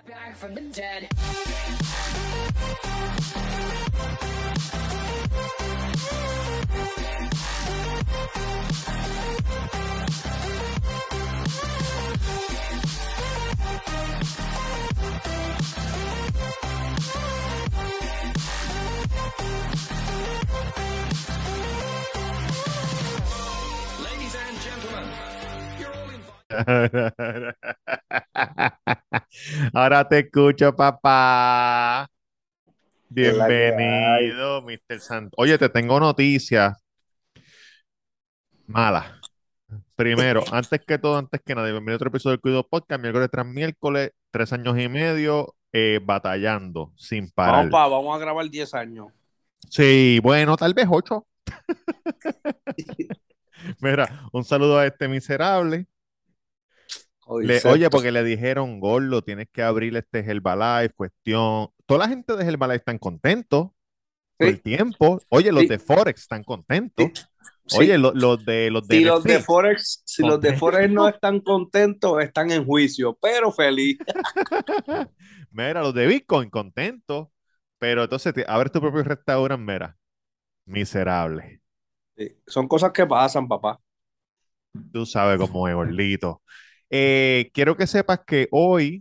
Back from the dead. Ladies and gentlemen, you're all invited. Ahora te escucho, papá. Es la que hay. Bienvenido, Mr. Sant. Oye, te tengo noticias malas. Primero, antes que todo, antes que nada, bienvenido a otro episodio del Cuido Podcast, miércoles tras miércoles, 3 años y medio, batallando sin parar. Vamos a grabar 10 años. Sí, bueno, tal vez 8. Mira, un saludo a este miserable. Dice Oye, esto. porque le dijeron, Gordo, tienes que abrir este Herbalife, cuestión. Toda la gente de Herbalife están contentos todo el Sí, tiempo. Oye, los sí, de Forex están contentos. sí, Oye, sí. los de Si los de NFT, Forex, si los de Forex no contentos. están contentos, están en juicio, pero feliz. Mira, los de Bitcoin, contentos. Pero entonces, abre tu propio restaurante, mira, miserable. Sí, son cosas que pasan, papá. Tú sabes cómo es, gordito. Quiero que sepas que hoy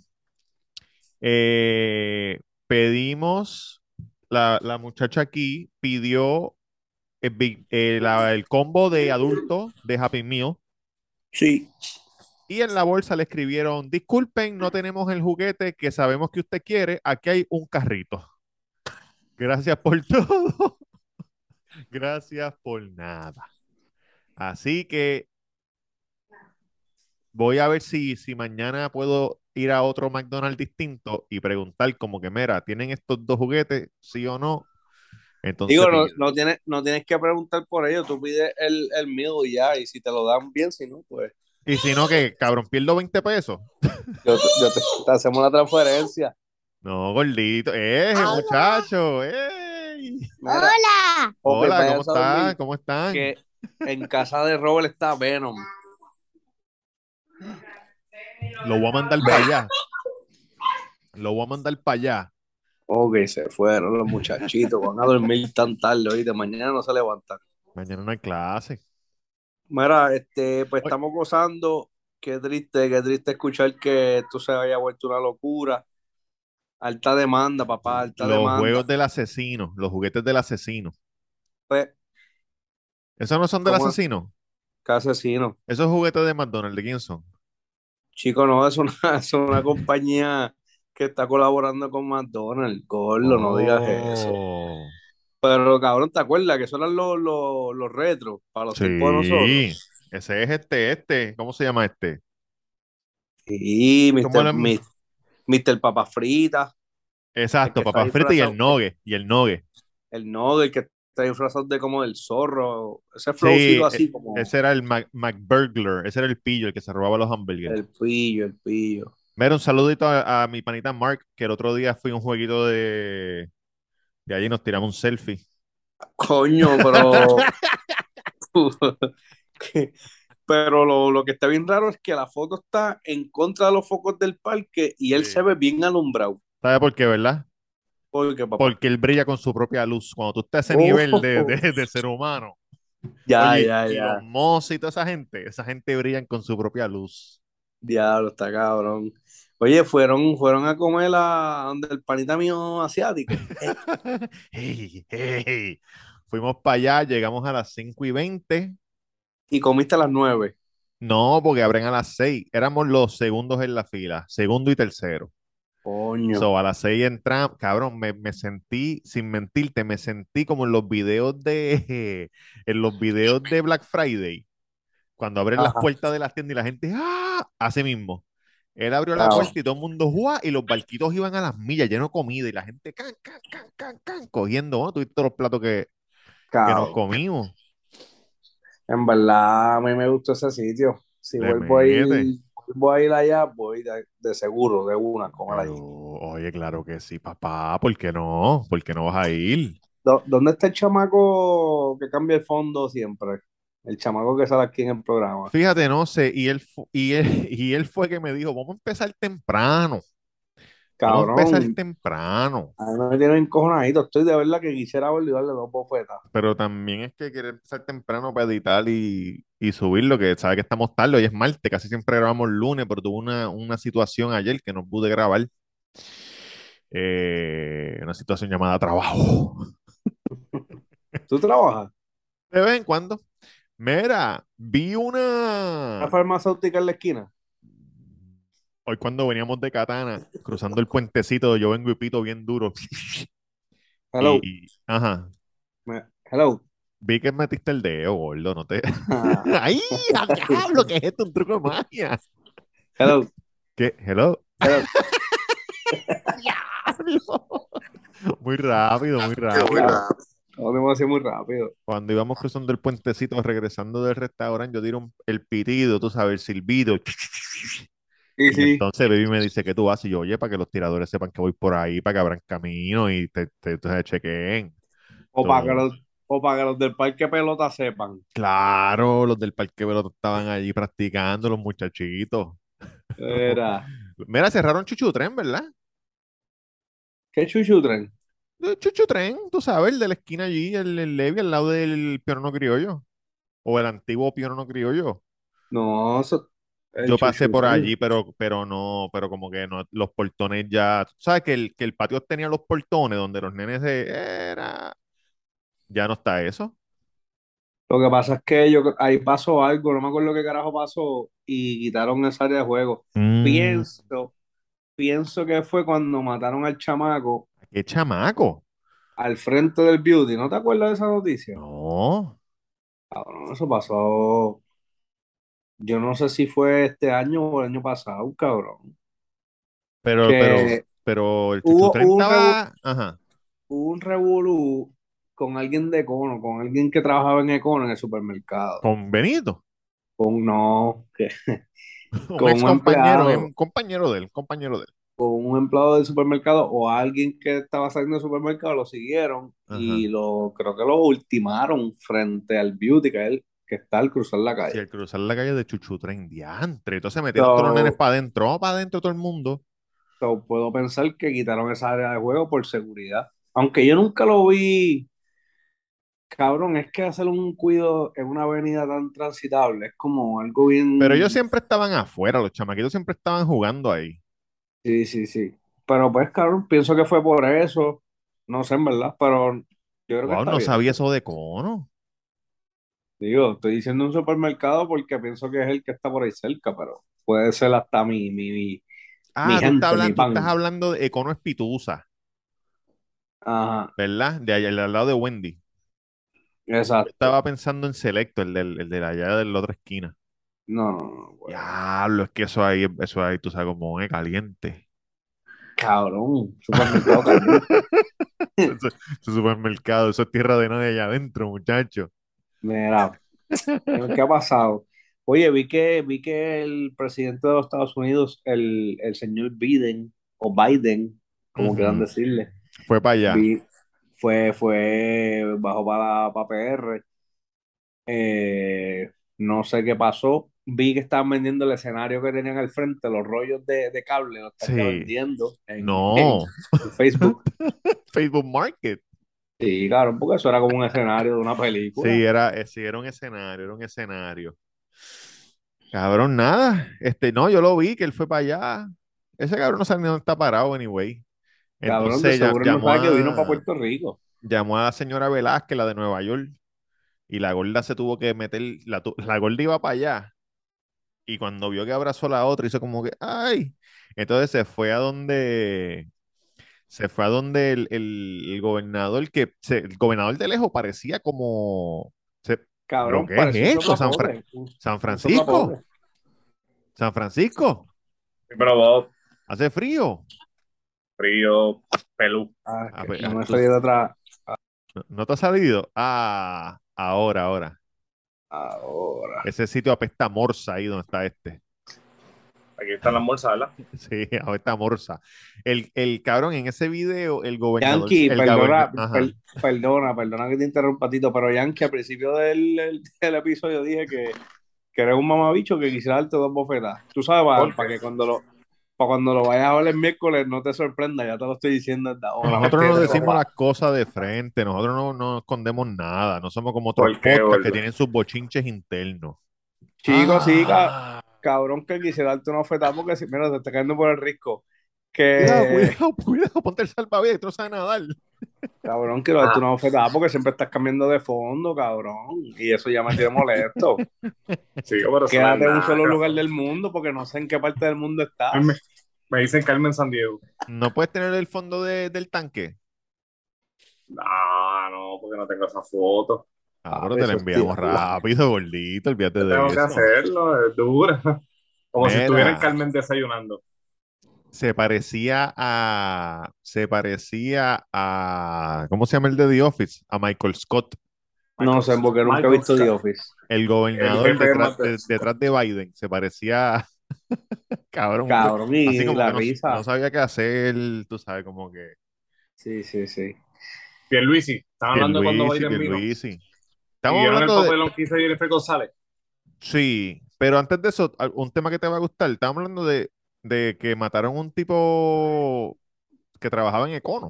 pedimos, la muchacha aquí pidió el combo de adulto de Happy Meal. Sí. Y en la bolsa le escribieron, disculpen, no tenemos el juguete que sabemos que usted quiere, aquí hay un carrito. Gracias por todo, gracias por nada. Así que voy a ver si mañana puedo ir a otro McDonald's distinto y preguntar como que, mira, ¿tienen estos dos juguetes? ¿Sí o no? Entonces Digo, no, pido. no tienes que preguntar por ello, tú pides el meal y ya, y si te lo dan bien, si no, pues Y si no, que cabrón, pierdo 20 pesos. te hacemos la transferencia. No, gordito. Muchacho! ¡Ey! Mira, ok, Hola, ¿cómo váyanse a están? dormir, ¿Cómo están? que en casa de Robert está Venom. Lo voy a mandar para Ve. allá. Lo voy a mandar para allá. Ok, se fueron los muchachitos, van a dormir tan tarde hoy, de mañana no se levantan. Mañana no hay clase. Mira, pues Oye, estamos gozando. Qué triste escuchar que esto se haya vuelto una locura. Alta demanda, papá, alta los demanda. juegos del asesino, los juguetes del asesino. Pues, ¿Esos no son del ¿cómo? asesino? ¿Qué asesino? Esos juguetes de McDonald's, ¿de quién son? Chico, no, es una, es una compañía que está colaborando con McDonald's. Gordo, no digas eso. Oh, Pero cabrón, ¿te acuerdas que esos eran los retros para los tiempos de nosotros? sí. Ese es ¿cómo se llama este? Sí, ¿Cómo Mr. Papa Frita, el Exacto, que está papas fritas y el disfrazado. nogue, y el nogue. El nodo, el que está disfrazado de como del zorro, ese flowcito Sí, así como ese era el McBurglar, ese era el pillo, el que se robaba los hamburgues. el pillo, el pillo. Mira, un saludito a mi panita Mark, que el otro día fui a un jueguito de allí nos tiramos un selfie. Coño, pero pero lo que está bien raro es que la foto está en contra de los focos del parque y él se Sí. ve bien alumbrado. ¿Sabe por qué, verdad? Porque, papá. Porque él brilla con su propia luz. Cuando tú estás a ese nivel de, Oh, de ser humano. ya, Oye, ya, y los ya. mozos y toda esa gente brillan con su propia luz. Diablo, está cabrón. Oye, fueron a comer a donde el panita mío asiático. Hey, hey. Fuimos para allá, llegamos a las 5:20. Y comiste a las 9. No, porque abren a las 6. Éramos los segundos en la fila, segundo y tercero. Coño. So, a las 6 entramos, cabrón, me sentí, sin mentirte, me sentí como en los videos en los videos de Black Friday, cuando abren las Ajá. puertas de las tiendas y la gente, ¡ah! Así mismo. Él abrió la Claro. puerta y todo el mundo ¡juá! Y los barquitos iban a las millas, lleno de comida, y la gente can, can, can, can, can, cogiendo, ¿no? Tuviste todos los platos que nos Cabrón. comimos. En verdad, a mí me gustó ese sitio. Si Le mete. vuelvo a ir allá, voy de seguro, de una, a comer Pero, allí. oye, claro que sí, papá, ¿por qué no? ¿Por qué no vas a ir? ¿Dónde está el chamaco que cambia el fondo siempre? El chamaco que sale aquí en el programa. Fíjate, no sé, y él fue que me dijo, vamos a empezar temprano. Vamos a empezar Cabrón, temprano. a mí me tienen encojonadito. Estoy de verdad que quisiera volver a darle dos bofetas. Pero también es que quiere empezar temprano para editar y subirlo, que sabe que estamos tarde, hoy es martes, casi siempre grabamos lunes, pero tuve una situación ayer que no pude grabar. Una situación llamada trabajo. ¿Tú trabajas? De vez en cuando. Mira, vi ¿Una una... farmacéutica en la esquina? Hoy cuando veníamos de Katana, cruzando el puentecito, yo vengo y pito bien duro. Hello. Ajá, Hello. vi que metiste el dedo, gordo, no te... ¡Ay, a diablo! ¿Qué es esto? Un truco de magia. Hello. ¿Qué? ¿Hello? Hello. ¡Diablo! Muy rápido, muy Muy rápido. rápido. No tengo que hacer muy rápido. Cuando íbamos cruzando el puentecito, regresando del restaurante, yo tiro el pitido, tú sabes, el silbido. Sí, Y sí. entonces Baby me dice que tú vas y yo, oye, para que los tiradores sepan que voy por ahí, para que abran camino y te chequeen. O para que Todo. los del parque pelota sepan. Claro, los del parque pelota estaban allí practicando, los muchachitos. Era. Mira, cerraron Chuchutren, ¿verdad? ¿Qué chuchutren? Chuchutren, tú sabes, el de la esquina allí, el Levi, al lado del Pionono Criollo. O el antiguo Pionono Criollo. No, el Yo pasé por chuchutren. allí, pero no, pero como que no, los portones ya, tú sabes que el patio tenía los portones donde los nenes era, ya no está eso. Lo que pasa es que ahí pasó algo, no me acuerdo qué carajo pasó, y quitaron esa área de juego. Mm, Pienso, pienso que fue cuando mataron al chamaco qué chamaco. al frente del beauty. ¿No te acuerdas de esa noticia? No, Cabrón, eso pasó. Yo no sé si fue este año o el año pasado, cabrón. pero, pero, Que pero el hubo, Chuchutren hubo un revu- estaba, ajá, hubo un revolú con alguien de Econo, con alguien que trabajaba en Econo en el supermercado. con Benito, No, un con ex un compañero, empleado. un compañero de él, un compañero de él. Con un empleado del supermercado o alguien que estaba saliendo del supermercado, lo siguieron Ajá. y creo que lo ultimaron frente al beauty que está al cruzar la Sí, calle. al cruzar la calle de Chuchutren, diantre. Entonces metieron todos los nenes So, para adentro, vamos para adentro todo el mundo. puedo pensar que quitaron esa área de juego por seguridad. Aunque yo nunca lo vi, cabrón, es que hacer un cuido en una avenida tan transitable es como algo Pero ellos bien. siempre estaban afuera, los chamaquitos siempre estaban jugando ahí. Sí, sí, sí. Pero pues, cabrón, pienso que fue por eso. No sé, en verdad, pero yo creo que Wow, está no bien. sabía eso de cono. Digo, estoy diciendo un supermercado porque pienso que es el que está por ahí cerca, pero puede ser hasta mi Ah, gente, mi tú estás pan. hablando de Econo Espitusa, Ajá, ¿verdad? De allá, al lado de Wendy. Yo exacto. estaba pensando en Selecto, el de allá de la otra esquina. No, no, no, güey. Diablo, es que eso ahí, tú sabes cómo es caliente. Cabrón, supermercado caliente. Ese supermercado, eso es tierra de nadie allá adentro, muchacho. Mira, ¿qué ha pasado? Oye, vi que el presidente de los Estados Unidos, el señor Biden, o Biden, como quieran Ujú. decirle, Fue para allá. vi, bajó para PR. No sé qué pasó. Vi que estaban vendiendo el escenario que tenían al frente, los rollos de cable, los están ya Sí. vendiendo No. en Facebook. Facebook Market. Sí, claro, porque eso era como un escenario de una Sí, película. sí, era un escenario, era un escenario. Cabrón, nada. No, yo lo vi que él fue para allá. Ese cabrón no sabe ni dónde está parado, anyway. Cabrón, de Entonces seguro él no sabe que vino para Puerto Rico. llamó a la señora Velázquez, la de Nueva York, y la gorda se tuvo que meter, la gorda iba para allá, y cuando vio que abrazó a la otra, hizo como que, ¡ay! Entonces se fue a donde el gobernador, el gobernador de lejos parecía como, ¿pero Cabrón, qué es parece un esto? soplapote. San Un Francisco, soplapote. San Francisco, Pero Bob, hace frío. frío, pelú. Ah, pues, No me salí de otra ¿no te ha salido? Ah, ahora. ahora. Ese sitio apesta a morsa ahí donde está este. Aquí está la almuerzo, ¿verdad? Sí, apesta a morsa. El cabrón en ese video, el gobernador, Yankee, ajá. perdona que te interrumpa, Tito, pero Yankee, al principio del episodio dije que eres un mamabicho que quisiera darte dos bofetadas. Tú sabes, ¿Por para qué? que cuando lo... para cuando lo vayas a ver el miércoles no te sorprenda, ya te lo estoy diciendo desde ahora. Nosotros no Entiendo, decimos papá. las cosas de frente, nosotros no escondemos nada, no somos como otros ¿Por qué, podcasts que gordo? tienen sus bochinches internos. Chicos, sí, Ah, cabrón, que quise darte una oferta porque si, mira, te está cayendo por el risco. cuidado, Que, cuidado, cuidado, ponte el salvavidas, tú no sabes nadar. cabrón, quiero darte Ah, una oferta porque siempre estás cambiando de fondo, cabrón. Y eso ya me tiene molesto. sí, pero eso no es Quédate en un nada, solo lugar cabrón. del mundo porque no sé en qué parte del mundo Ay, Me, estás. me dicen Carmen San Diego. No puedes tener el fondo del tanque. Ah, no, porque no tengo esa foto. Ah, Ah, pero te la eso es enviamos tirarla. rápido, gordito, olvídate Yo de tengo que eso. hacerlo, es dura. Como si estuviera en Mira, Carmen desayunando. ¿cómo se llama el de The Office? A Michael Scott, No sé, porque nunca he Michael visto The Scott, Office. el el gobernador jefe de Mate. detrás de Biden. Se parecía, cabrón, hombre, Cabrón, así y como la que no risa. sabía qué hacer, tú sabes, como que Sí, sí, sí. Pierluisi, están hablando de cuando Pierluisi, Biden vino. Pierluisi. Y Estamos vieron el hablando de, papelón que hizo Jennifer González. sí, pero antes de eso, un tema que te va a gustar. Estamos hablando de que mataron un tipo que trabajaba en Econo.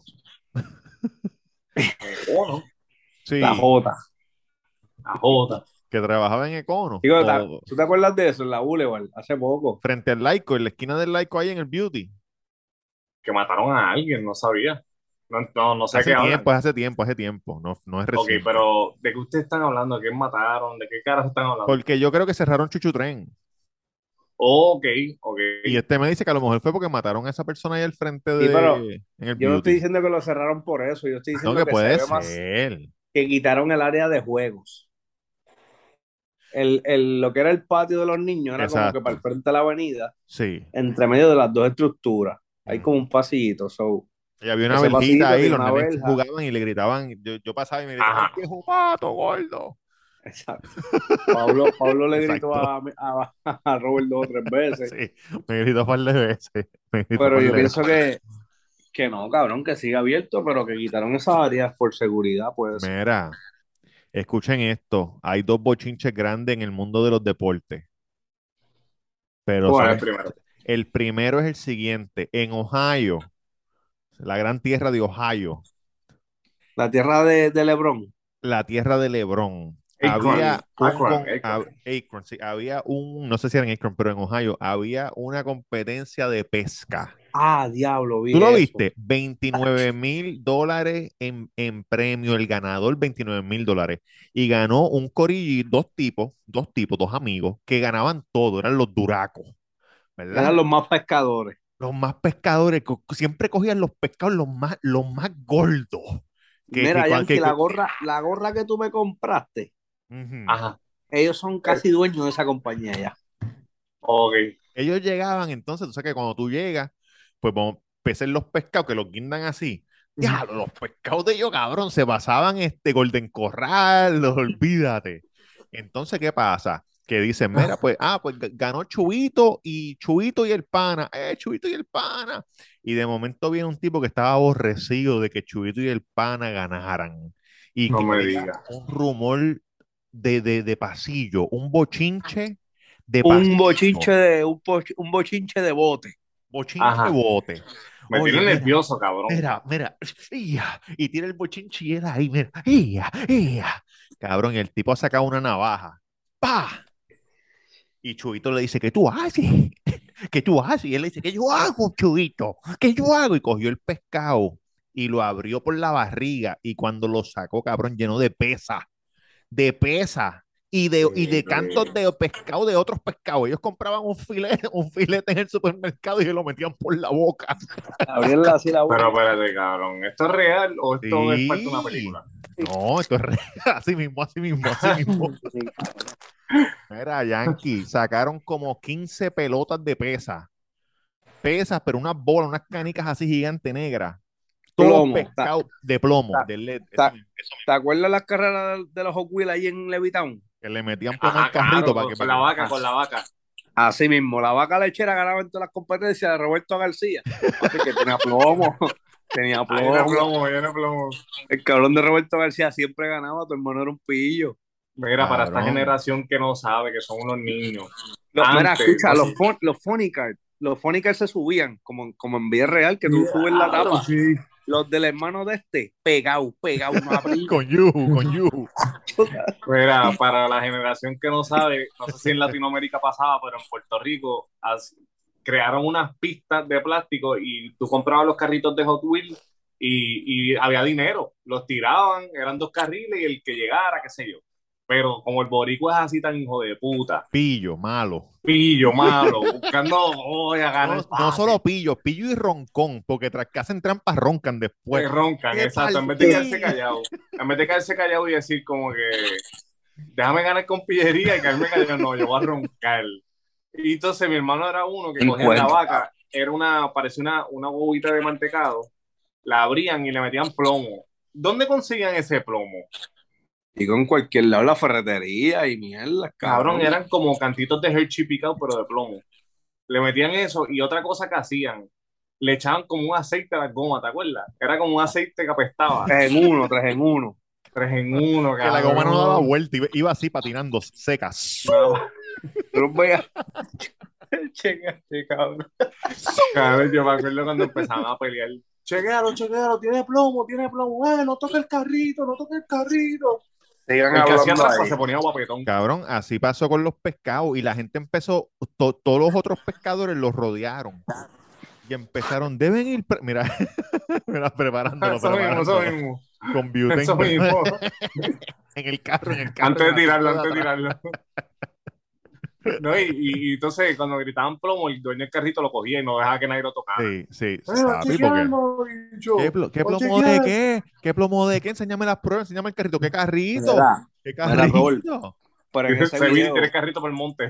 Oh, no. La Sí, Jota. La Jota. que trabajaba en Econo. Digo, O ¿tú te acuerdas de eso en la Boulevard hace poco? frente al Laico, en la esquina del Laico ahí en el Beauty. Que mataron a alguien, no sabía. No sé de qué hablan. Hace tiempo, no es Ok, reciente. pero ¿de qué ustedes están hablando? ¿De qué mataron? ¿De qué caras están hablando? Porque yo creo que cerraron Chuchu Tren. Ok, ok. Y este me dice que a lo mejor fue porque mataron a esa persona ahí al frente Sí, pero en el yo no estoy Beauty. diciendo que lo cerraron por eso. Yo estoy No, diciendo que que se puede ve más ser. que quitaron el área de juegos. Lo que era el patio de los niños era como que para el Exacto. frente de la avenida, Sí. entre medio de las dos estructuras. Hay como Ujú. un pasillito. So, Y había una ese verjita pasillito ahí, tiene los una nenes verja. jugaban y le gritaban. Yo pasaba y me gritaban, Ajá. viejo pato, gordo. Exacto. Pablo le gritó Exacto. a Robert dos o tres veces. Sí, me gritó un par de veces. Me gritó un Pero par yo de pienso veces. que no, cabrón, que siga abierto, pero que quitaron esas áreas por seguridad, puede ser. Mira, escuchen esto. Hay dos bochinches grandes en el mundo de los deportes, pero ¿Cómo es son el primero? el primero es el siguiente. En Ohio, la gran tierra de Ohio, La tierra de LeBron. la tierra de LeBron, Akron. había Akron. Akron. Akron, sí, había no sé si era en Akron, pero en Ohio, había una competencia de pesca. Ah, diablo, ¿Tú vi lo eso. viste? $29,000 en premio, el ganador $29,000. Y ganó un corillo, dos amigos, que ganaban todo, eran los duracos, Eran ¿verdad? los más pescadores. Los más pescadores, siempre cogían los pescados los más gordos. Mira, Yankee, la gorra que tú me compraste, Ujú. Ajá. ellos son Eh, casi dueños de esa compañía ya. Ok. Ellos llegaban, entonces, tú sabes que cuando tú llegas, pues vamos, pesen los pescados que los guindan así. Ya, los pescados de ellos, cabrón, se pasaban Golden Corral, olvídate. Entonces, ¿qué pasa? Que dicen, mira, pues ganó Chubito y el pana, Chubito y el pana. Y de momento viene un tipo que estaba aborrecido de que Chubito y el pana ganaran. Y No que me había digas. un rumor de pasillo, un bochinche de Un bochinche pasillo, un bochinche de bote. bochinche Ajá. bote. Me Oye, tiene mira, nervioso, cabrón. mira, ¡ia! Y tira el bochinche y él ahí, mira, ¡ia! ¡ia! Cabrón, y el tipo ha sacado una navaja. ¡Pa! Y Chubito le dice, ¿qué tú haces? ¿Qué tú haces? Y él le dice, ¿qué yo hago, Chubito? ¿Qué yo hago? Y cogió el pescado y lo abrió por la barriga y cuando lo sacó, cabrón, lleno de pesa y de cantos de pescado de otros pescados. Ellos compraban un filete en el supermercado y se lo metían por la boca. Abrirle así la boca. Pero espérate, cabrón. ¿Esto es real o esto es parte de una Sí. película? No, esto es real. Así mismo, así mismo, así mismo. Sí. Mira, Yankee, sacaron como 15 pelotas de pesas, pero unas bolas, unas canicas así gigantes negras. Todos Plomo. pescados de plomo, Ta- de LED, eso ta- mismo, ¿Te acuerdas las carreras de los Hot Wheels ahí en Levitown? que le metían plomo al Ajá, carrito claro, para que, con para la que. vaca, Ah, con la vaca. así mismo, la vaca lechera ganaba en todas las competencias de Roberto García. Papi, que tenía plomo, tenía plomo. Ahí no plomo. El cabrón de Roberto García siempre ganaba, tu hermano era un pillo. Mira, para esta Cabrón. generación que no sabe que son unos niños. Mira, Antes, escucha, no sé. los funny cards. los funny cars se subían, como en vida real, que tú subes la Diablo, tapa. sí. Los del hermano de este, pegado, no abrí. Con Yuhu, con Yuhu. Mira, para la generación que no sabe, no sé si en Latinoamérica pasaba, pero en Puerto Rico crearon unas pistas de plástico y tú comprabas los carritos de Hot Wheels y había dinero. Los tiraban, eran 2 carriles y el que llegara, qué sé yo. Pero como el boricua es así tan hijo de puta, Pillo, malo. pillo, malo, buscando, voy a No, ganar no fácil. solo pillo, pillo y roncón, porque tras que hacen trampas roncan después. Roncan, ¡Qué exacto. En vez de quedarse partí! callado, en vez de quedarse callado y decir como que déjame ganar con pillería y caerme callado, no, yo voy a roncar. Y entonces mi hermano era uno que cogían la Encuentro. vaca, parecía una bobita de mantecado, la abrían y le metían plomo. ¿Dónde conseguían ese plomo? Digo, en cualquier lado, la ferretería y mierda, Cabrón, cabrón. eran como cantitos de Hershey picado, pero de plomo. Le metían eso y otra cosa que hacían, le echaban como un aceite a las gomas, ¿te acuerdas? Era como un aceite que apestaba. 3 en 1, 3 en 1. 3 en 1, Que la goma no daba cabrón. vuelta, iba así patinando seca. ¡Su! No, Tú los veías. chécate, cabrón. Cabrón, yo me acuerdo cuando empezaban a pelear. Chequéalo, tiene plomo. No toque el carrito, no toque el carrito. Sigan El que hacía hablando trampa ahí. se ponía guapetón. Cabrón, así pasó con los pescados y la gente empezó, todos los otros pescadores los rodearon y empezaron, deben ir, mira, mira, preparándolo, Eso mismo, eso preparándolo, mismo. con Eso butén, mismo. en el carro, Antes en de el tirarlo, asiento de antes de atrás. tirarlo. No, y entonces cuando gritaban plomo, el dueño del carrito lo cogía y no dejaba que nadie lo tocara. Sí, sí, A papi, porque chequearlo, bicho. ¿qué A plomo de chequear. qué? ¿Qué plomo de qué? Enséñame las pruebas, enséñame el carrito. ¿Qué carrito? Mira, ¿Qué mira, Robert, carrito? pero en ese Se tiene el video, carrito por el monte.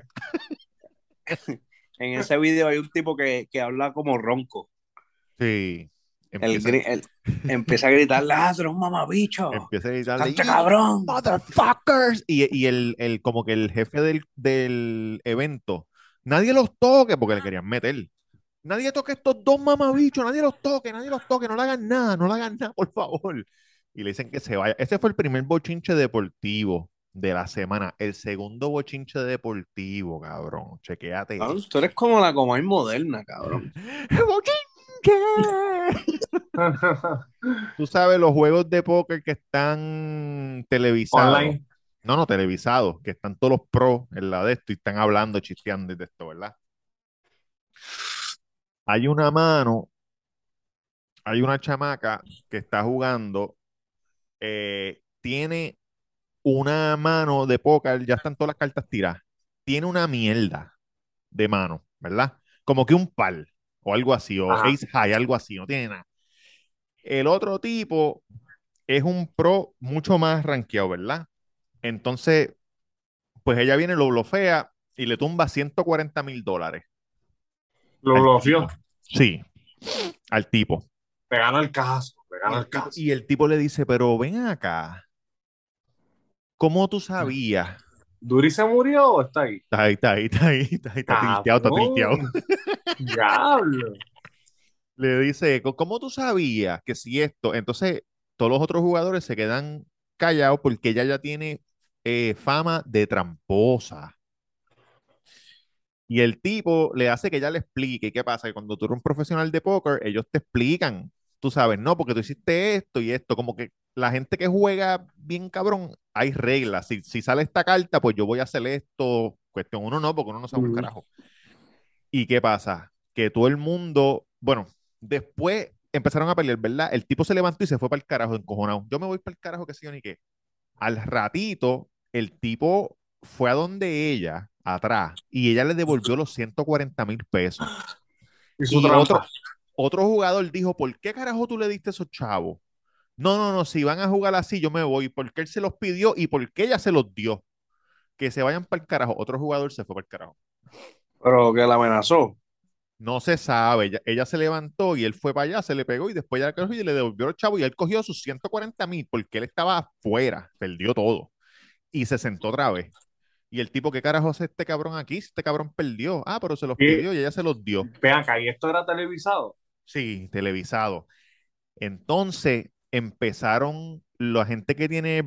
en ese video hay un tipo que habla como ronco. Sí, El, empieza, gri- el- Empieza a gritarle, ah, tú eres un mamabicho. empieza a gritarle, ¡Cante "Yeah, cabrón! motherfuckers". Y como que el jefe del evento, nadie los toque, porque le querían meter. Nadie toque estos dos mamabichos, nadie los toque, no le hagan nada, no le hagan nada, por favor. Y le dicen que se vaya. Ese fue el primer bochinche deportivo de la semana. El segundo bochinche deportivo, cabrón. Chequéate Cabrón, esto. tú eres como la Comay moderna, cabrón. ¡Bochinche! Tú sabes los juegos de póker que están televisados. Online. No, no, televisados, que están todos los pros en la de esto y están hablando, chisteando de esto, ¿verdad? Hay una mano, hay una chamaca que está jugando, tiene una mano de póker, ya están todas las cartas tiradas. Tiene una mierda de mano, ¿verdad? Como que un par o algo así, o Ajá. ace high, algo así, no tiene nada. El otro tipo es un pro mucho más rankeado, ¿verdad? Entonces, pues ella viene, lo blofea y le tumba $140,000 Lo al bloqueó. tipo. Sí, al tipo. Le gana el caso, le Y gana el el tipo, caso. y el tipo le dice, pero ven acá, ¿cómo tú sabías? ¿Duri se murió o está ahí? Está ahí, está ahí, está ahí, está tilteado, está tilteado. Cabrón. Diablo. Le dice, ¿cómo tú sabías que si esto? Entonces, todos los otros jugadores se quedan callados porque ella ya tiene fama de tramposa. Y el tipo le hace que ella le explique qué pasa, que cuando tú eres un profesional de póker, ellos te explican, tú sabes, no, porque tú hiciste esto y esto, como que la gente que juega bien cabrón, hay reglas. Si sale esta carta, pues yo voy a hacer esto, cuestión uno no, porque uno no sabe un Mm. carajo. ¿Y qué pasa? Que todo el mundo, bueno, después empezaron a pelear, ¿verdad? El tipo se levantó y se fue para el carajo, encojonado. Yo me voy para el carajo, que sé yo ni qué. Al ratito, el tipo fue a donde ella, atrás, y ella le devolvió los $140,000. Y su Y trampa. otro jugador dijo, ¿por qué carajo tú le diste esos chavos? No, no, no, si van a jugar así, yo me voy, porque él se los pidió y porque ella se los dio. Que se vayan para el carajo. Otro jugador se fue para el carajo. Pero que la amenazó. No se sabe. Ella se levantó y él fue para allá, se le pegó y después ya cogió y le devolvió los chavos y él cogió sus 140,000 porque él estaba afuera, perdió todo y se sentó otra vez. Y el tipo, ¿qué carajo hace este cabrón aquí? Este cabrón perdió. Ah, pero se los Y pidió y ella se los dio. vean acá, y esto era televisado. Sí, televisado. Entonces empezaron la gente que tiene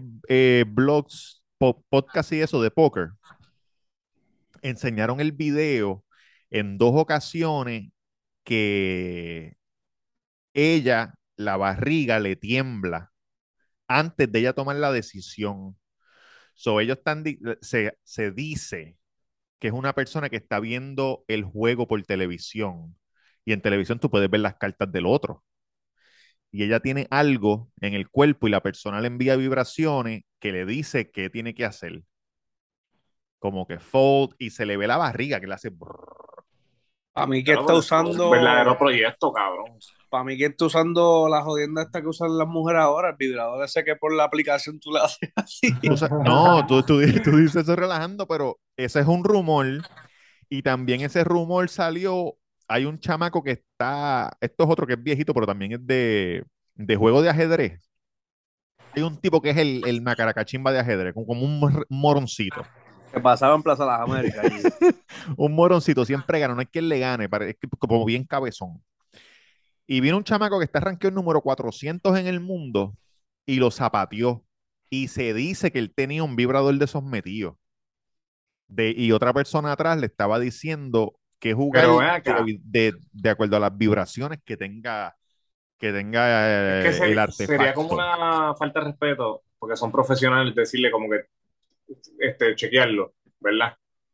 blogs, podcasts y eso de póker, enseñaron el video en dos ocasiones que ella, la barriga le tiembla antes de ella tomar la decisión. So, ellos están, se dice que es una persona que está viendo el juego por televisión. Y en televisión tú puedes ver las cartas del otro. Y ella tiene algo en el cuerpo y la persona le envía vibraciones que le dice qué tiene que hacer. Como que fold y se le ve la barriga que le hace brrr. A mí que Claro, está pero eso es un verdadero usando, proyecto, cabrón. para mí que está usando la jodienda esta que usan las mujeres ahora, el vibrador ese que por la aplicación tú le haces así. No, tú dices eso relajando, pero ese es un rumor. Y también ese rumor salió. Hay un chamaco que está. Esto es otro que es viejito, pero también es de juego de ajedrez. Hay un tipo que es el macaracachimba de ajedrez, como un moroncito. Que pasaba en Plaza Las Américas allí. Un moroncito siempre gana, no hay quien le gane, es como bien cabezón. Y viene un chamaco que está rankeado el número 400 en el mundo y lo zapateó. Y se dice que él tenía un vibrador de esos metidos. Y otra persona atrás le estaba diciendo que jugar Pero ven acá, de acuerdo a las vibraciones que tenga es que el sería como artefacto. una falta de respeto, porque son profesionales, decirle como que chequearlo, ¿verdad?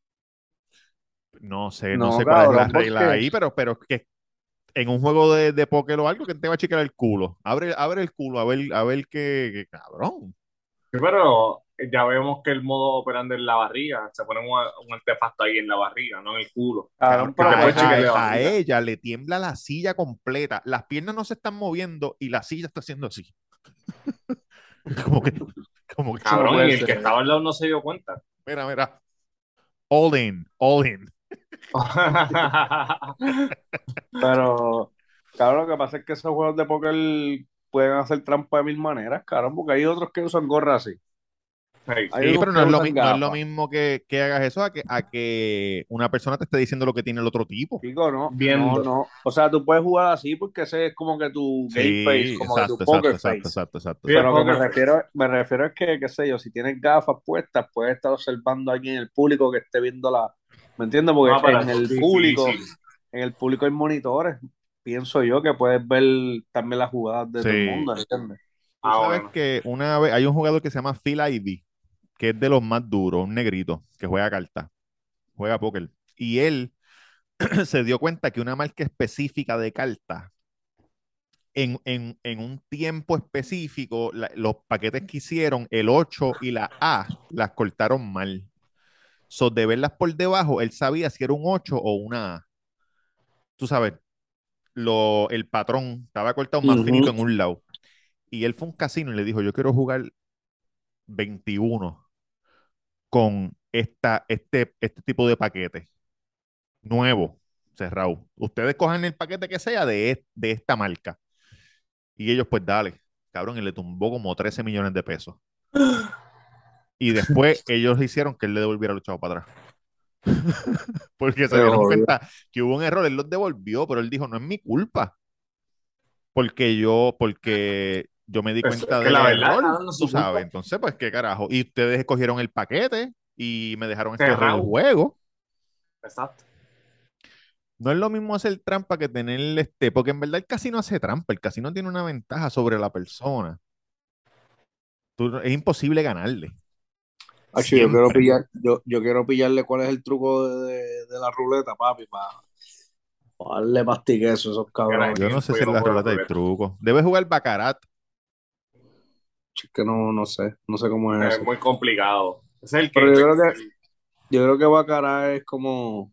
No No, sé cuál es la cabrón, regla porque ahí, pero es que en un juego de póker o algo que te va a checar el culo. Abre el culo a ver qué cabrón. Sí, pero ya vemos que el modo operandi es la barriga, se pone un artefacto ahí en la barriga, no en el culo. Cabrón, cabrón, Que pero te puedes chequear la a barriga. ella le tiembla la silla completa. Las piernas no se están moviendo y la silla está haciendo así. Como que, como que, eso no Cabrón, y puede el ser. que estaba al lado no se dio cuenta. mira, all in, all in. Pero, cabrón, lo que pasa es que esos juegos de póker pueden hacer trampa de mil maneras, cabrón, porque hay otros que usan gorras así. Hey, Hay Sí, unos pero que usan no es lo gafas. mismo que hagas eso a que una persona te esté diciendo lo que tiene el otro tipo. Chico, no, no, viendo. no. O sea, tú puedes jugar así porque ese es como que tu game face, Sí, como que tu exacto, poker exacto, exacto, face. exacto, exacto, Sí, el Pero exacto. que poker face. me refiero es que, qué sé yo, si tienes gafas puestas, puedes estar observando a alguien en el público que esté viendo ¿me entiendes? Un Porque aparato difícil. en el público hay monitores. Pienso yo que puedes ver también las jugadas de todo el Sí. mundo, ¿entiendes? Tú Ah, sabes bueno. que una vez hay un jugador que se llama Phil Ivey, que es de los más duros, un negrito, que juega carta, juega póker. Y él se dio cuenta que una marca específica de carta, en un tiempo específico, los paquetes que hicieron, el 8 y la A, las cortaron mal. So, de verlas por debajo, él sabía si era un 8 o una A. Tú sabes, el patrón estaba cortado más finito Ujú. en un lado. Y él fue a un casino y le dijo, yo quiero jugar 21 con este tipo de paquete nuevo, cerrado. Ustedes cogen el paquete que sea de esta marca. Y ellos, pues dale, cabrón, y le tumbó como 13 millones de pesos. Y después ellos hicieron que él le devolviera los chavos para atrás. Porque se Se dieron jodió. cuenta que hubo un error, él los devolvió, pero él dijo, no es mi culpa, porque yo me di Es cuenta que del la verdad, error, cabrón, no es tú su culpa. sabes. Entonces, pues, qué carajo. Y ustedes escogieron el paquete y me dejaron escoger el Cerrado. juego. Exacto. No es lo mismo hacer trampa que tener porque en verdad el casino hace trampa, el casino tiene una ventaja sobre la persona. Es imposible ganarle. Acho, yo quiero Siempre. yo quiero pillarle cuál es el truco de la ruleta, papi, para darle pastique a esos Que no hay cabrones. Yo no sé tiempo, si yo es no la juego a la ruleta de ruleta. truco. Debes jugar Baccarat. Es que no sé cómo es Es eso. muy complicado. Es el Pero que yo creo que Baccarat es como,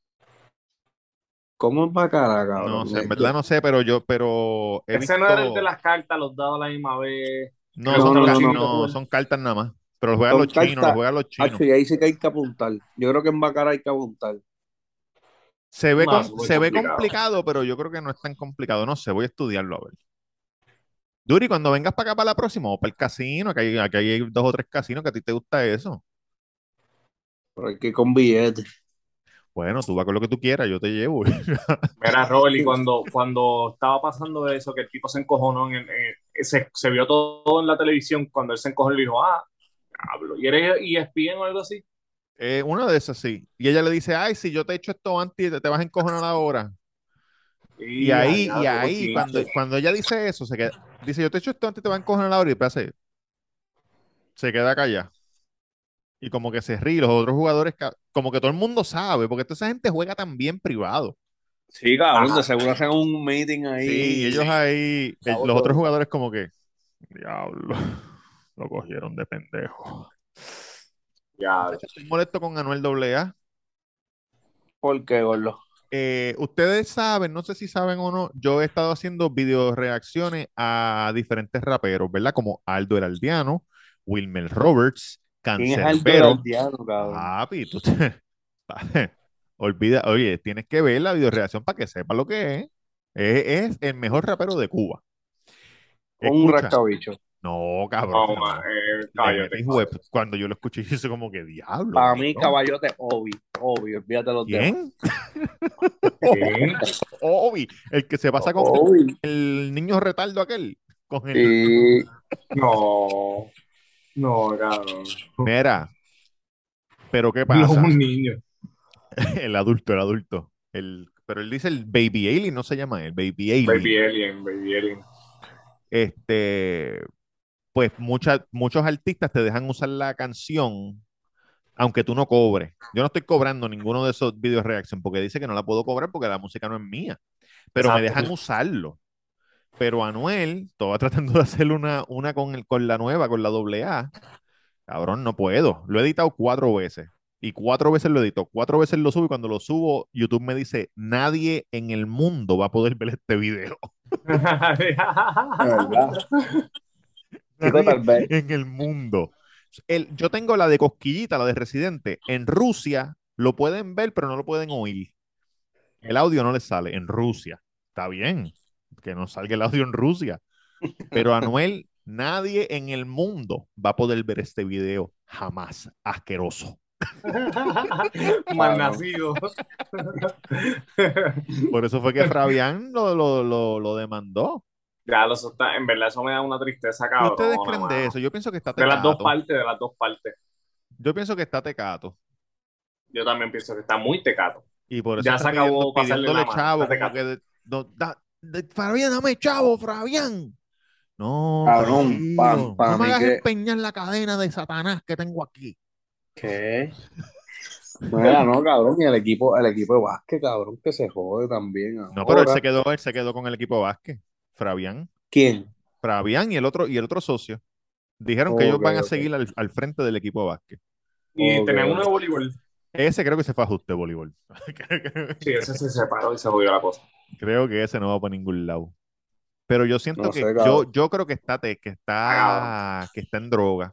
¿cómo es Baccarat, No cabrón? sé, en verdad no sé, pero he ese no era el de visto. las cartas, los dados a la misma vez. Que No, le No, gustan no, los no, no. chinitos. no, son cartas nada más. Pero los juegan Son los chinos, los cartas, juegan los chinos. y ahí sí que hay que apuntar. Yo creo que en Baccarat hay que apuntar. Más muy Se ve complicado. complicado, pero yo creo que no es tan complicado. No sé, voy a estudiarlo a ver. Duri, cuando vengas para acá para la próxima, o para el casino, aquí hay dos o tres casinos que a ti te gusta eso. Pero hay que ir con billetes. Bueno, tú vas con lo que tú quieras, yo te llevo. Era Robert, y cuando estaba pasando eso, que el tipo se encojonó, se vio todo en la televisión, cuando él se encojonó, le dijo, ah, hablo. ¿Y eres ESPN o algo así? Una de esas sí. Y ella le dice, ay, si yo te echo esto antes, te vas a encojonar ahora. Y Y ahí, allá, y qué ahí, bochinche. cuando ella dice eso, dice, yo te echo esto antes, te vas a encojonar ahora, y después se queda callada. Y como que se ríe, los otros jugadores, como que todo el mundo sabe, porque toda esa gente juega también privado. Sí, cabrón, de Ajá. seguro hacen un meeting Sí, ahí. ellos ahí, Chavos los de otros verdad. jugadores como que, diablo, lo cogieron de pendejo. Ya, Muchachos, estoy molesto con Anuel AA. ¿Por qué, gordo? Ustedes saben, no sé si saben o no, yo he estado haciendo video reacciones a diferentes raperos, ¿verdad? Como Aldo el Aldeano, Wilmer Roberts, ¿Quién es Aldo el Cancerbero. Aldeano, cabrón? Papi, olvida, oye, tienes que ver la video reacción para que sepas lo que es. Es el mejor rapero de Cuba. Un Escucha, rascabicho. no, cabrón, no, no. Le cállate, metí web. cállate. Cuando yo lo escuché, yo hice como que diablo, Para mí, cabrón. caballote, obvio, olvídate de los demás. ¿Quién? ¿Quién? Obi, el que se pasa con Obvio. el niño retardo aquel. Con el. Y No, no, cabrón. Mira, pero ¿qué No, pasa? un niño. El adulto. Pero él dice el Baby Alien, no se llama él, Baby Alien. Baby Alien, Baby Alien. Este, pues muchos artistas te dejan usar la canción, aunque tú no cobres. Yo no estoy cobrando ninguno de esos videos reaction porque dice que no la puedo cobrar porque la música no es mía, pero me Exacto. dejan usarlo. Pero Anuel, estaba tratando de hacer una con la nueva, con la doble A. Cabrón, no puedo. Lo he editado 4 veces. Y 4 veces lo edito, 4 veces lo subo y cuando lo subo, YouTube me dice, nadie en el mundo va a poder ver este video. de verdad. Chico, Nadie tal vez. en el mundo. Yo tengo la de Cosquillita, la de Residente. En Rusia lo pueden ver, pero no lo pueden oír. El audio no les sale en Rusia. Está bien, que no salga el audio en Rusia. Pero Anuel, nadie en el mundo va a poder ver este video jamás. Asqueroso. Mal Cabrón. nacido. Por eso fue que Fabián lo demandó. Ya lo está, en verdad eso me da una tristeza ¿Qué ustedes cabrona, creen de mano. eso? Yo pienso que está De las dos tecato. partes, de las dos partes. Yo pienso que está tecato. Yo también pienso que está muy tecato. Y por eso Ya está se acabó pasarle la pidiéndole mano. chavo, Está como tecato. que, no, Fabián, dame chavo, Fabián. No, Cabrón, tranquilo. No para me mí hagas que. empeñar la cadena de Satanás que tengo aquí. ¿Qué? Mira, no, cabrón, y el equipo de básquet, cabrón, que se jode también No, pero ahora. él se quedó con el equipo de básquet. Fabián. ¿Quién? Fabián y el otro socio. Dijeron que ellos Ok, van a ok, seguir al frente del equipo de básquet. Y ok, tener uno de ok. voleibol. Ese creo que se fue a ajuste de voleibol. Sí, ese se separó y se jodió la cosa. Creo que ese no va para ningún lado. Pero yo siento No que sé, cabrón. yo creo que Está cabrón. que está en droga.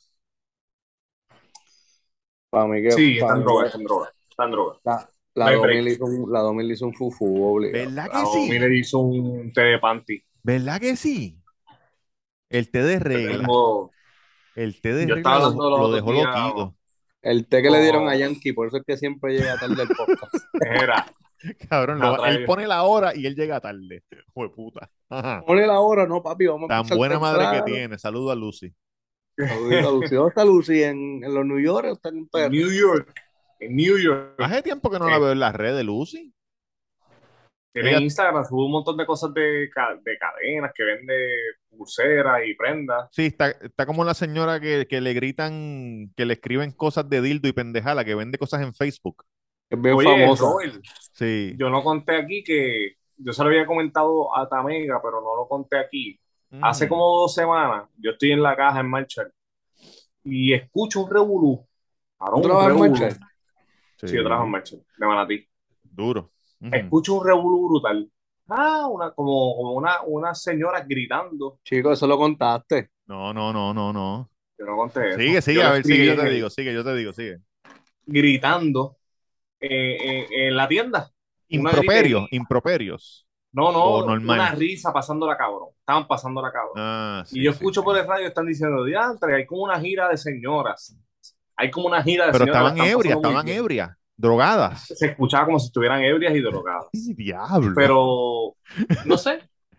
Para mí que, Sí, está para en mí droga, que está en droga. Está en droga. la No hay Domi break. le hizo un fufu obligado. ¿Verdad A que Omi sí? le hizo un té de panty. ¿Verdad que sí? El té de Yo regla. tengo, El té de yo regla estaba hablando los lo otros dejó días loquito. El té que le dieron a con, Yankee, por eso es que siempre llega tarde el podcast. era, Cabrón, la él trae, pone la hora y él llega tarde. Jueputa. Ajá. Ponle la hora, no, papi, vamos a Tan empezar buena madre que temprano. tiene. Saludo a Lucy. Saludito a Lucy. ¿Dónde está Lucy? ¿En los New York o está en en PR? New York, en New York. Hace tiempo que no la eh, veo en las redes, Lucy. Tiene Ella, Instagram, sube un montón de cosas de cadenas que vende pulseras y prendas. sí, está como la señora que le gritan, que le escriben cosas de dildo y pendejala, que vende cosas en Facebook. Es bien Oye, famosa. Robert, Sí. yo no conté aquí que yo se lo había comentado a Tamega, pero no lo conté aquí. Hace Ujú. como 2 semanas, yo estoy en la caja en Marshall y escucho un revolú. Ahora ¿Tú un trabajas en revolú. Marshall? Sí, yo trabajo en Sí. Marshall, de Manatí. Duro. Ujú. Escucho un revolú brutal. Como una señora gritando. Chico, eso lo contaste. No, no, no, no, no. Yo no conté Sigue, eso. sigue, Yo a lo ver, sigue, escribí yo te digo, sigue, yo te digo, sigue. gritando en la tienda. Una Improperios, gritería. improperios. No, O no, una normal. risa pasándola cabrón. Estaban pasándola cabrón. Ah, Y sí, yo sí, escucho sí. por el radio, están diciendo, diantre, hay como una gira de señoras. Hay como una gira de Pero señoras, la están pasando muy estaban bien. ebrias, drogadas. Se escuchaba como si estuvieran ebrias y ¡Ay, drogadas. diablo! Pero, no sé,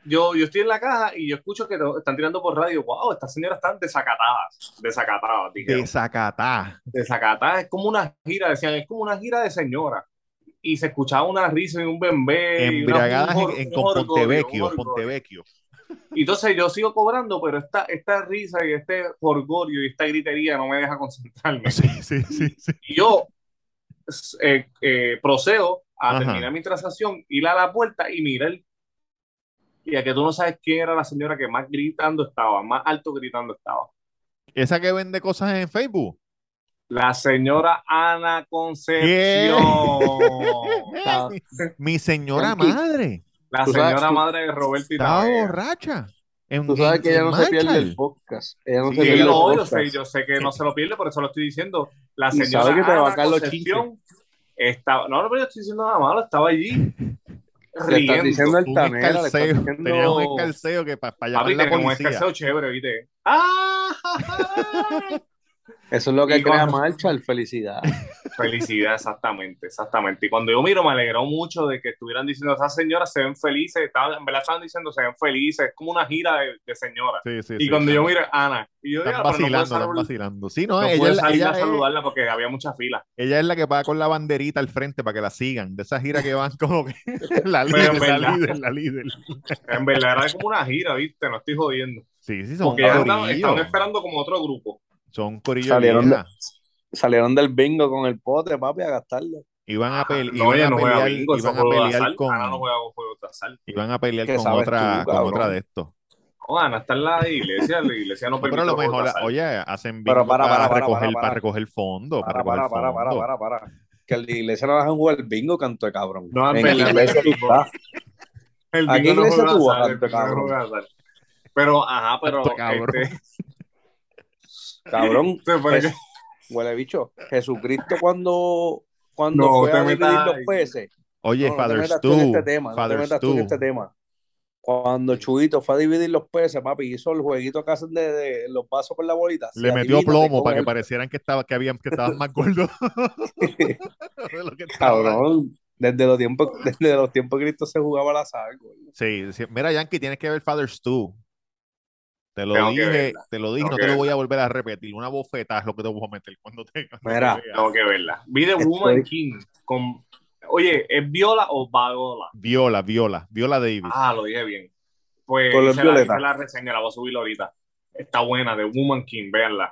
yo estoy en la caja y yo escucho que están tirando por radio. Wow, estas señoras están desacatadas, dijeron. Desacatá. Desacatadas es como una gira, decían, es como una gira de señora. Y se escuchaba una risa y un bembé y Embriagadas un con jorgorio, un Pontevecchio, jorgorio. Pontevecchio. Y entonces yo sigo cobrando, pero esta risa y este jorgorio y esta gritería no me deja concentrarme. Sí, sí, sí, sí. Y yo procedo a Ajá. terminar mi transacción, ir a la puerta y mirar. Y a que tú no sabes quién era la señora que más gritando estaba, más alto gritando estaba. Esa que vende cosas en Facebook. La señora Ana ¿Qué? Concepción. Ca- Mi, mi señora Yankee, madre La tú sabes, señora madre de Roberto estaba Itavega. borracha tú sabes que ella en no se pierde el Marshall. podcast. Ella no se Sí, Sí, ella pierde el no, podcast. yo sé que no se lo pierde, por eso lo estoy diciendo. La Y sabe que te señora va a Ana caer los chinches. Concepción estaba, no, no, pero yo estoy diciendo nada malo, estaba allí Le estás diciendo riendo. un altanera, le estás escalceo. Tenía un diciendo. escalceo que para llamar a Papi, la tenemos un policía. escaseo chévere, ¿viste? ¡Ah! Eso es lo que Y crea cuando, Marshall, felicidad. felicidad, exactamente, exactamente. Y cuando yo miro, me alegró mucho de que estuvieran diciendo, esas señoras se ven felices, en verdad estaban diciendo, se ven felices, es como una gira de señoras. Sí, sí, Y sí. cuando yo miro, Ana, y yo, Están ya, pero vacilando, están vacilando. Sí, no, no ella, pude es salir a saludarla porque había mucha fila. ella es la que va con la banderita al frente para que la sigan. De esa gira que van como que la Pero líder, la líder, la líder. en verdad era como una gira, ¿viste? No estoy jodiendo. Sí, sí, son Porque un ya Cabrón, estaban corillo. esperando como otro grupo. Son un corillo de salieron, viejas. salieron del bingo con el pote, papi, a gastarlo. No, ella no juega bingo, eso es iban a juego de pelear azar. Ana no juega juegos de azar. ¿Qué sabes tú, con otra de cabrón? estos. No, Ana está en la iglesia no No, pero a permite lo los juegos de mejor, azar. oye, hacen Pero bingo para para. recoger fondo, para Para, recoger para, para, para, fondo. para, para. Que en la iglesia no dejan jugar bingo, canto de cabrón. No, ¿En qué en verdad, iglesia tú estás? el ¿A qué bingo no iglesia juega de tú vas, azar, el canto de bingo no cabrón? juega de azar. Pero, ajá, Tanto pero, cabrón. Cabrón, se supone que huele bicho. Jesucristo cuando no fue te a dividir metas los ahí. peces. Oye, No, no te Father metas tú en este Stu, tema, no te Father metas tú en este Stu. tema. Cuando Chuito fue a dividir los peces, papi, hizo el jueguito que hacen de los vasos con la bolita. Si Le metió adivinas de plomo cómo para es que el parecieran que estaban más gordos de lo que estaban. cabrón. Desde los tiempos que Cristo se jugaba la sal, güey. Sí, sí. Mira, Yankee, tienes que ver Father Stu. Tengo que verla, Te lo dije, tengo no que te lo voy verla, a volver a repetir. Una bofetada es lo que te voy a meter cuando te Mira, vea. tengo que verla. Vi The Woman estoy King con, oye, ¿es Viola o Viola? Viola Davis. Ah, lo dije bien. Pues color hice violeta. la reseña, la voy a subir ahorita. Está buena, The Woman King, véanla.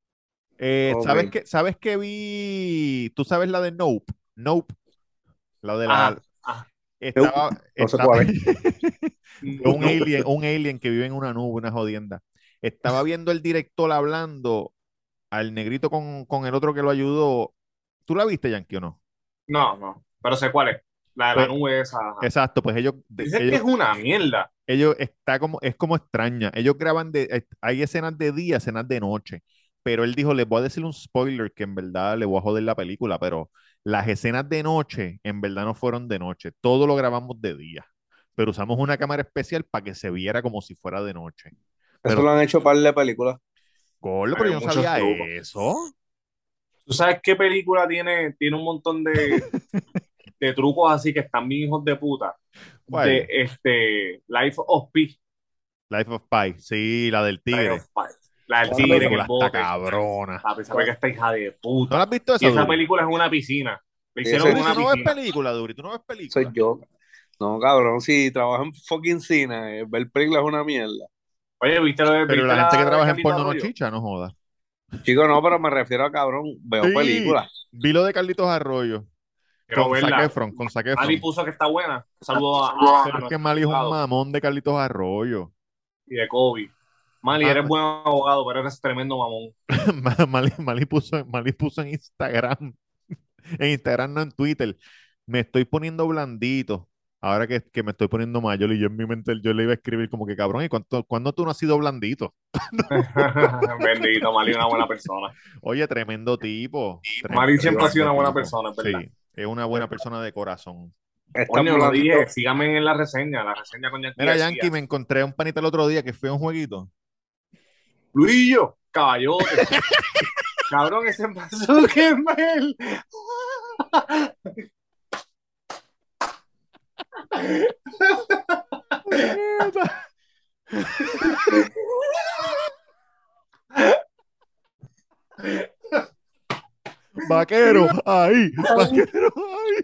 Ok. ¿Sabes qué vi? ¿Tú sabes la de Nope? Nope, la de Ajá, ajá. Nope, no sé estaba cuál es. de un alien que vive en una nube, una jodienda. Estaba viendo el director hablando al negrito con el otro que lo ayudó. ¿Tú la viste, Yankee, o no? No, no, pero sé cuál es. La de la Pues, nube esa. Ajá. exacto, pues Dices que es una mierda. es como extraña. Ellos graban hay escenas de día, escenas de noche. Pero él dijo, les voy a decir un spoiler que en verdad le voy a joder la película, pero las escenas de noche en verdad no fueron de noche. Todo lo grabamos de día. Pero usamos una cámara especial para que se viera como si fuera de noche. Eso lo Pero, han hecho par de películas. Gordo, pero Hay yo no muchos sabía trucos. eso. ¿Tú sabes qué película tiene un montón de trucos así que están bien hijos de puta? De ¿Cuál? Life of Pi. Life of Pi. Sí, la del Life of tigre. Pi. La del Esa ¿Cuándo tigre en fue? el película está bote. cabrona. Papi, esa película está hija de ¿No la puta. has visto Y esa, esa Duri? película es en una piscina. La Sí, hicieron en Duri, ¿tú una no ves piscina. película, Duri? ¿Tú no ves soy película? yo. No, cabrón, si trabajo en fucking cine, ver películas es una mierda. Oye, Pero ¿viste la gente que la de trabaja en Carlito porno no Arroyo? chicha, no joda. Chico, no, pero me refiero a cabrón, veo Sí, películas. vi lo de Carlitos Arroyo Quiero verla. Con Zac Mali Efron. puso que está buena. Un saludo a Pero es que nuestro Mali es un abogado mamón de Carlitos Arroyo. y de Kobe. Mali, eres Ma- buen abogado, pero eres tremendo mamón. Mali puso en Instagram no en Twitter, me estoy poniendo blandito. Ahora que me estoy poniendo mayor y yo en mi mente yo le iba a escribir como que cabrón, ¿y cuándo tú no has sido blandito? Bendito, Mali, una buena persona. Oye, tremendo tipo. Mali siempre ha sido Tremendo una buena tipo. persona, es verdad. Sí, es una buena persona de corazón. Es tan Coño, no dije, blandito. síganme en la reseña con Yankee Mira, Yankee, García. me encontré un panita el otro día que fue a un jueguito. Luillo, caballote. Cabrón, ese pasó que Mel. puñeta. Vaquero, ahí, vaquero, ahí.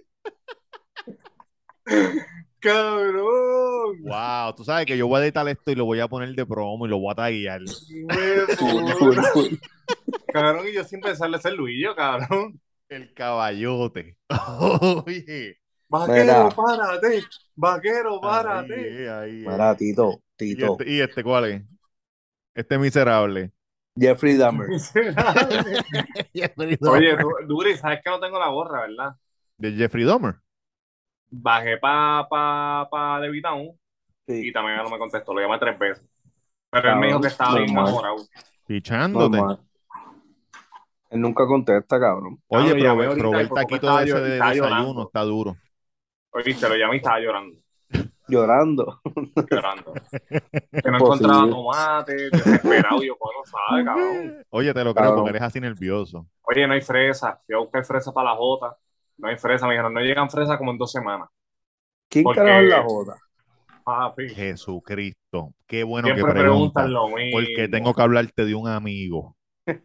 Cabrón. Wow, tú sabes que yo voy a editar esto y lo voy a poner de promo y lo voy a taggear. Full, full, full. Cabrón, y yo sin pensarle ser Luillo, cabrón. El caballote. Oye, Vaquero, Mira, párate. Vaquero, ahí, párate. ahí. mira, Tito, ¿Y Tito. este cuál es? Este miserable. Jeffrey Dahmer. Miserable. Jeffrey Oye, Dahmer. Duri, sabes que no tengo la gorra, ¿verdad? De Jeffrey Dahmer. Bajé pa Levitown y Sí, también no me contestó. Lo llamé 3 veces. Pero él me dijo que cabrón, estaba bien normal, enamorado. Pichándote. normal. Él nunca contesta, cabrón. Cabrón, Oye, lo llamé probé ahorita y el por poco taquito de ese y de estaba desayuno, llorando. está duro. Oíste, lo llamé y estaba llorando. Llorando. Llorando. Que Es no encontraba posible. tomate, desesperado. Y yo, pues no sabe, ¿Por cabrón. qué? Oye, te lo creo porque Cabrón. eres así nervioso. Oye, no hay fresa. Fui a buscar fresa para la jota. No hay fresa. Me dijeron, no llegan fresas como en 2 semanas. ¿Quién carajo es la Porque, joda? papi, Jesucristo. Qué bueno que siempre preguntan preguntas, lo porque tengo mismo. que hablarte de un amigo.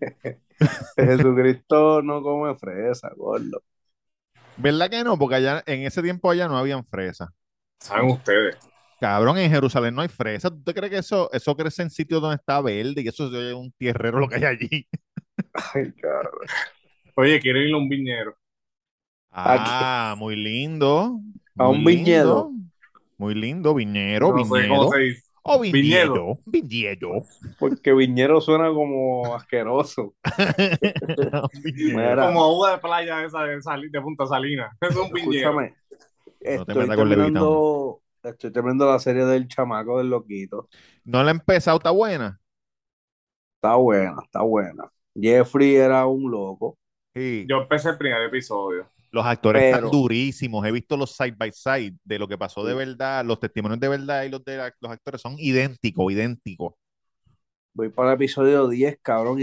Jesucristo no come fresa, gordo. ¿Verdad que no? Porque allá, en ese tiempo allá no habían fresas. ¿Saben ustedes? Cabrón, en Jerusalén no hay fresas. ¿Tú te crees que eso crece en sitios donde está verde y eso es un tierrero lo que hay allí? Ay, cabrón. Oye, quiero ir a un viñero. Aquí, Ah, muy lindo, a muy un viñedo. lindo, muy lindo. Viñero, No sé cómo se viñedo. dice. O Viñedo. viñedo, viñedo. Porque viñero suena como asqueroso. Viñero. Mira, Como uva de playa esa de Punta Salina. Es un viñero. escúchame, No te metas con Levitown. estoy terminando la serie del chamaco del loquito. No la he empezado, está buena. Está buena, está buena. Jeffrey era un loco, Sí. Yo empecé el primer episodio. Los actores están pero durísimos. He visto los side by side de lo que pasó de verdad. Los testimonios de verdad y los actores son idénticos, idénticos. voy para el episodio 10 cabrón,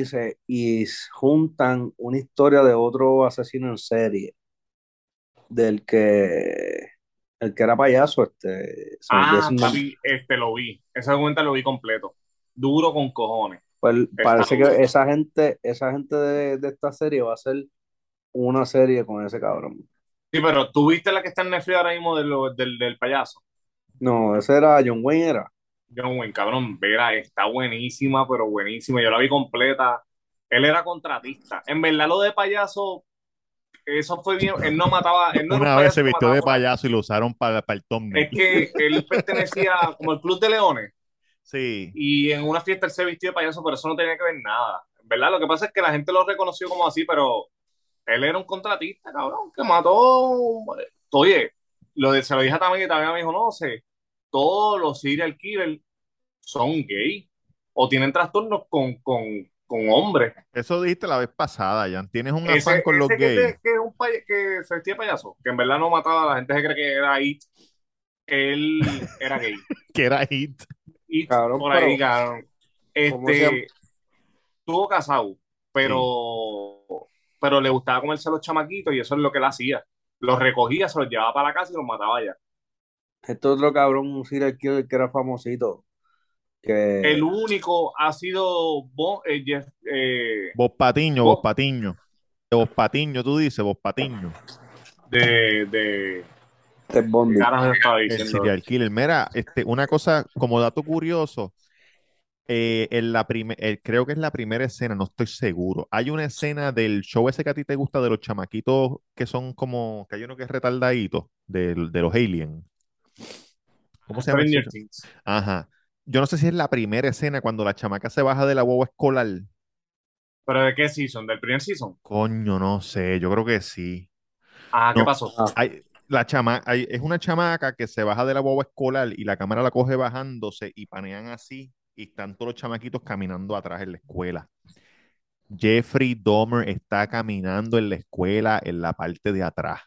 juntan una historia de otro asesino en serie, del que, el que era payaso, se me olvidó Ah, su nombre. papi, lo vi. Ese documental lo vi completo. Duro con cojones. Pues Está parece que duro. esa gente de esta serie va a hacer una serie con ese cabrón. Sí, pero ¿tú viste la que está en Netflix ahora mismo del payaso? No, ese era John Wayne, era. John Wayne, cabrón, Vera, está buenísima, pero buenísima. Yo la vi completa. Él era contratista. En verdad, lo de payaso, eso fue bien. Él no mataba, él no era un Una vez se payaso que vistió mataba de por ahí. payaso y lo usaron para el thumbnail. Es que él pertenecía como al Club de Leones Sí. y en una fiesta él se vistió de payaso, pero eso no tenía que ver nada. En verdad, lo que pasa es que la gente lo reconoció como así, pero él era un contratista, cabrón, que mató. Oye, se lo dije a Tammy y también me dijo, no sé, todos los serial killers son gay o tienen trastornos con hombres. Eso dijiste la vez pasada, Jan. Tienes un afán con los Ese gays. que, es que se vestía de payaso, que en verdad no mataba, la gente se cree que era It, él era gay. Que era hit. It, Cabrón, por ahí, pero cabrón. ¿cómo se llama? Estuvo casado, Sí. pero le gustaba comerse a los chamaquitos y eso es lo que él hacía. Los recogía, se los llevaba para la casa y los mataba allá. Este otro cabrón, un serial killer que era famosito, El que único ha sido Vos Patiño, vos Bob Patiño. De vos Patiño, tú dices, vos Patiño. de Ted ¿qué Bundy. carajo estaba El diciendo? serial killer. Mira, una cosa como dato curioso, creo que es la primera escena, no estoy seguro. Hay una escena del show ese que a ti te gusta de los chamaquitos que son como, que hay uno que es retardadito, de los aliens. ¿Cómo se llama ese Stranger show? Things. Ajá. Yo no sé si es la primera escena cuando la chamaca se baja de la guagua escolar. ¿Pero de qué season? ¿Del primer season? Coño, no sé, yo creo que sí. Ah, ¿qué No, pasó? Ah, es una chamaca que se baja de la guagua escolar y la cámara la coge bajándose y panean así y están todos los chamaquitos caminando atrás en la escuela. Jeffrey Dahmer está caminando en la escuela en la parte de atrás.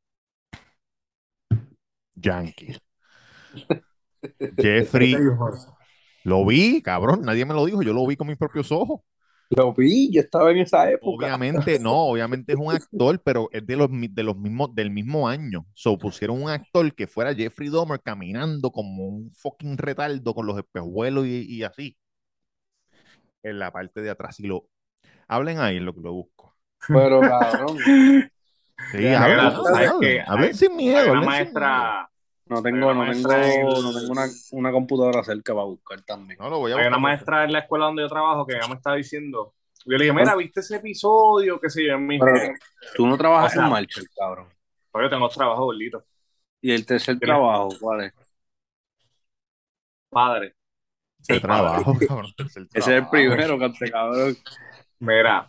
Yankee. ¿Qué te Jeffrey, dijo? lo vi, cabrón, nadie me lo dijo, yo lo vi con mis propios ojos. Lo vi, yo estaba en esa época. Obviamente, no, obviamente es un actor, pero es de los mismos, del mismo año. So, pusieron un actor que fuera Jeffrey Dahmer caminando como un fucking retardo con los espejuelos y así, en la parte de atrás. Y lo, hablen ahí en lo que lo busco. Pero cabrón, Sí, déjame hablen, Mira, tú hablen, sabes buscar. que hablen. Hablen sin hay miedo, una hablen sin miedo. maestra, No hay tengo, una no maestra en tengo, no el, tengo una computadora cerca para buscar también. No, lo voy a hay una buscar. maestra en la escuela donde yo trabajo que ya me estaba diciendo, yo le dije, Bueno, mira, ¿viste ese episodio? Que se yo pero mismo. tú no O trabajas en sea, Marshall, cabrón. pues yo tengo trabajo, bolito. Y el tercer Yo le trabajo, ¿cuál es? padre, ¿Qué ser padre. trabajo, cabrón? Es el Ese es el trabajo. primero, cante cabrón. Mira,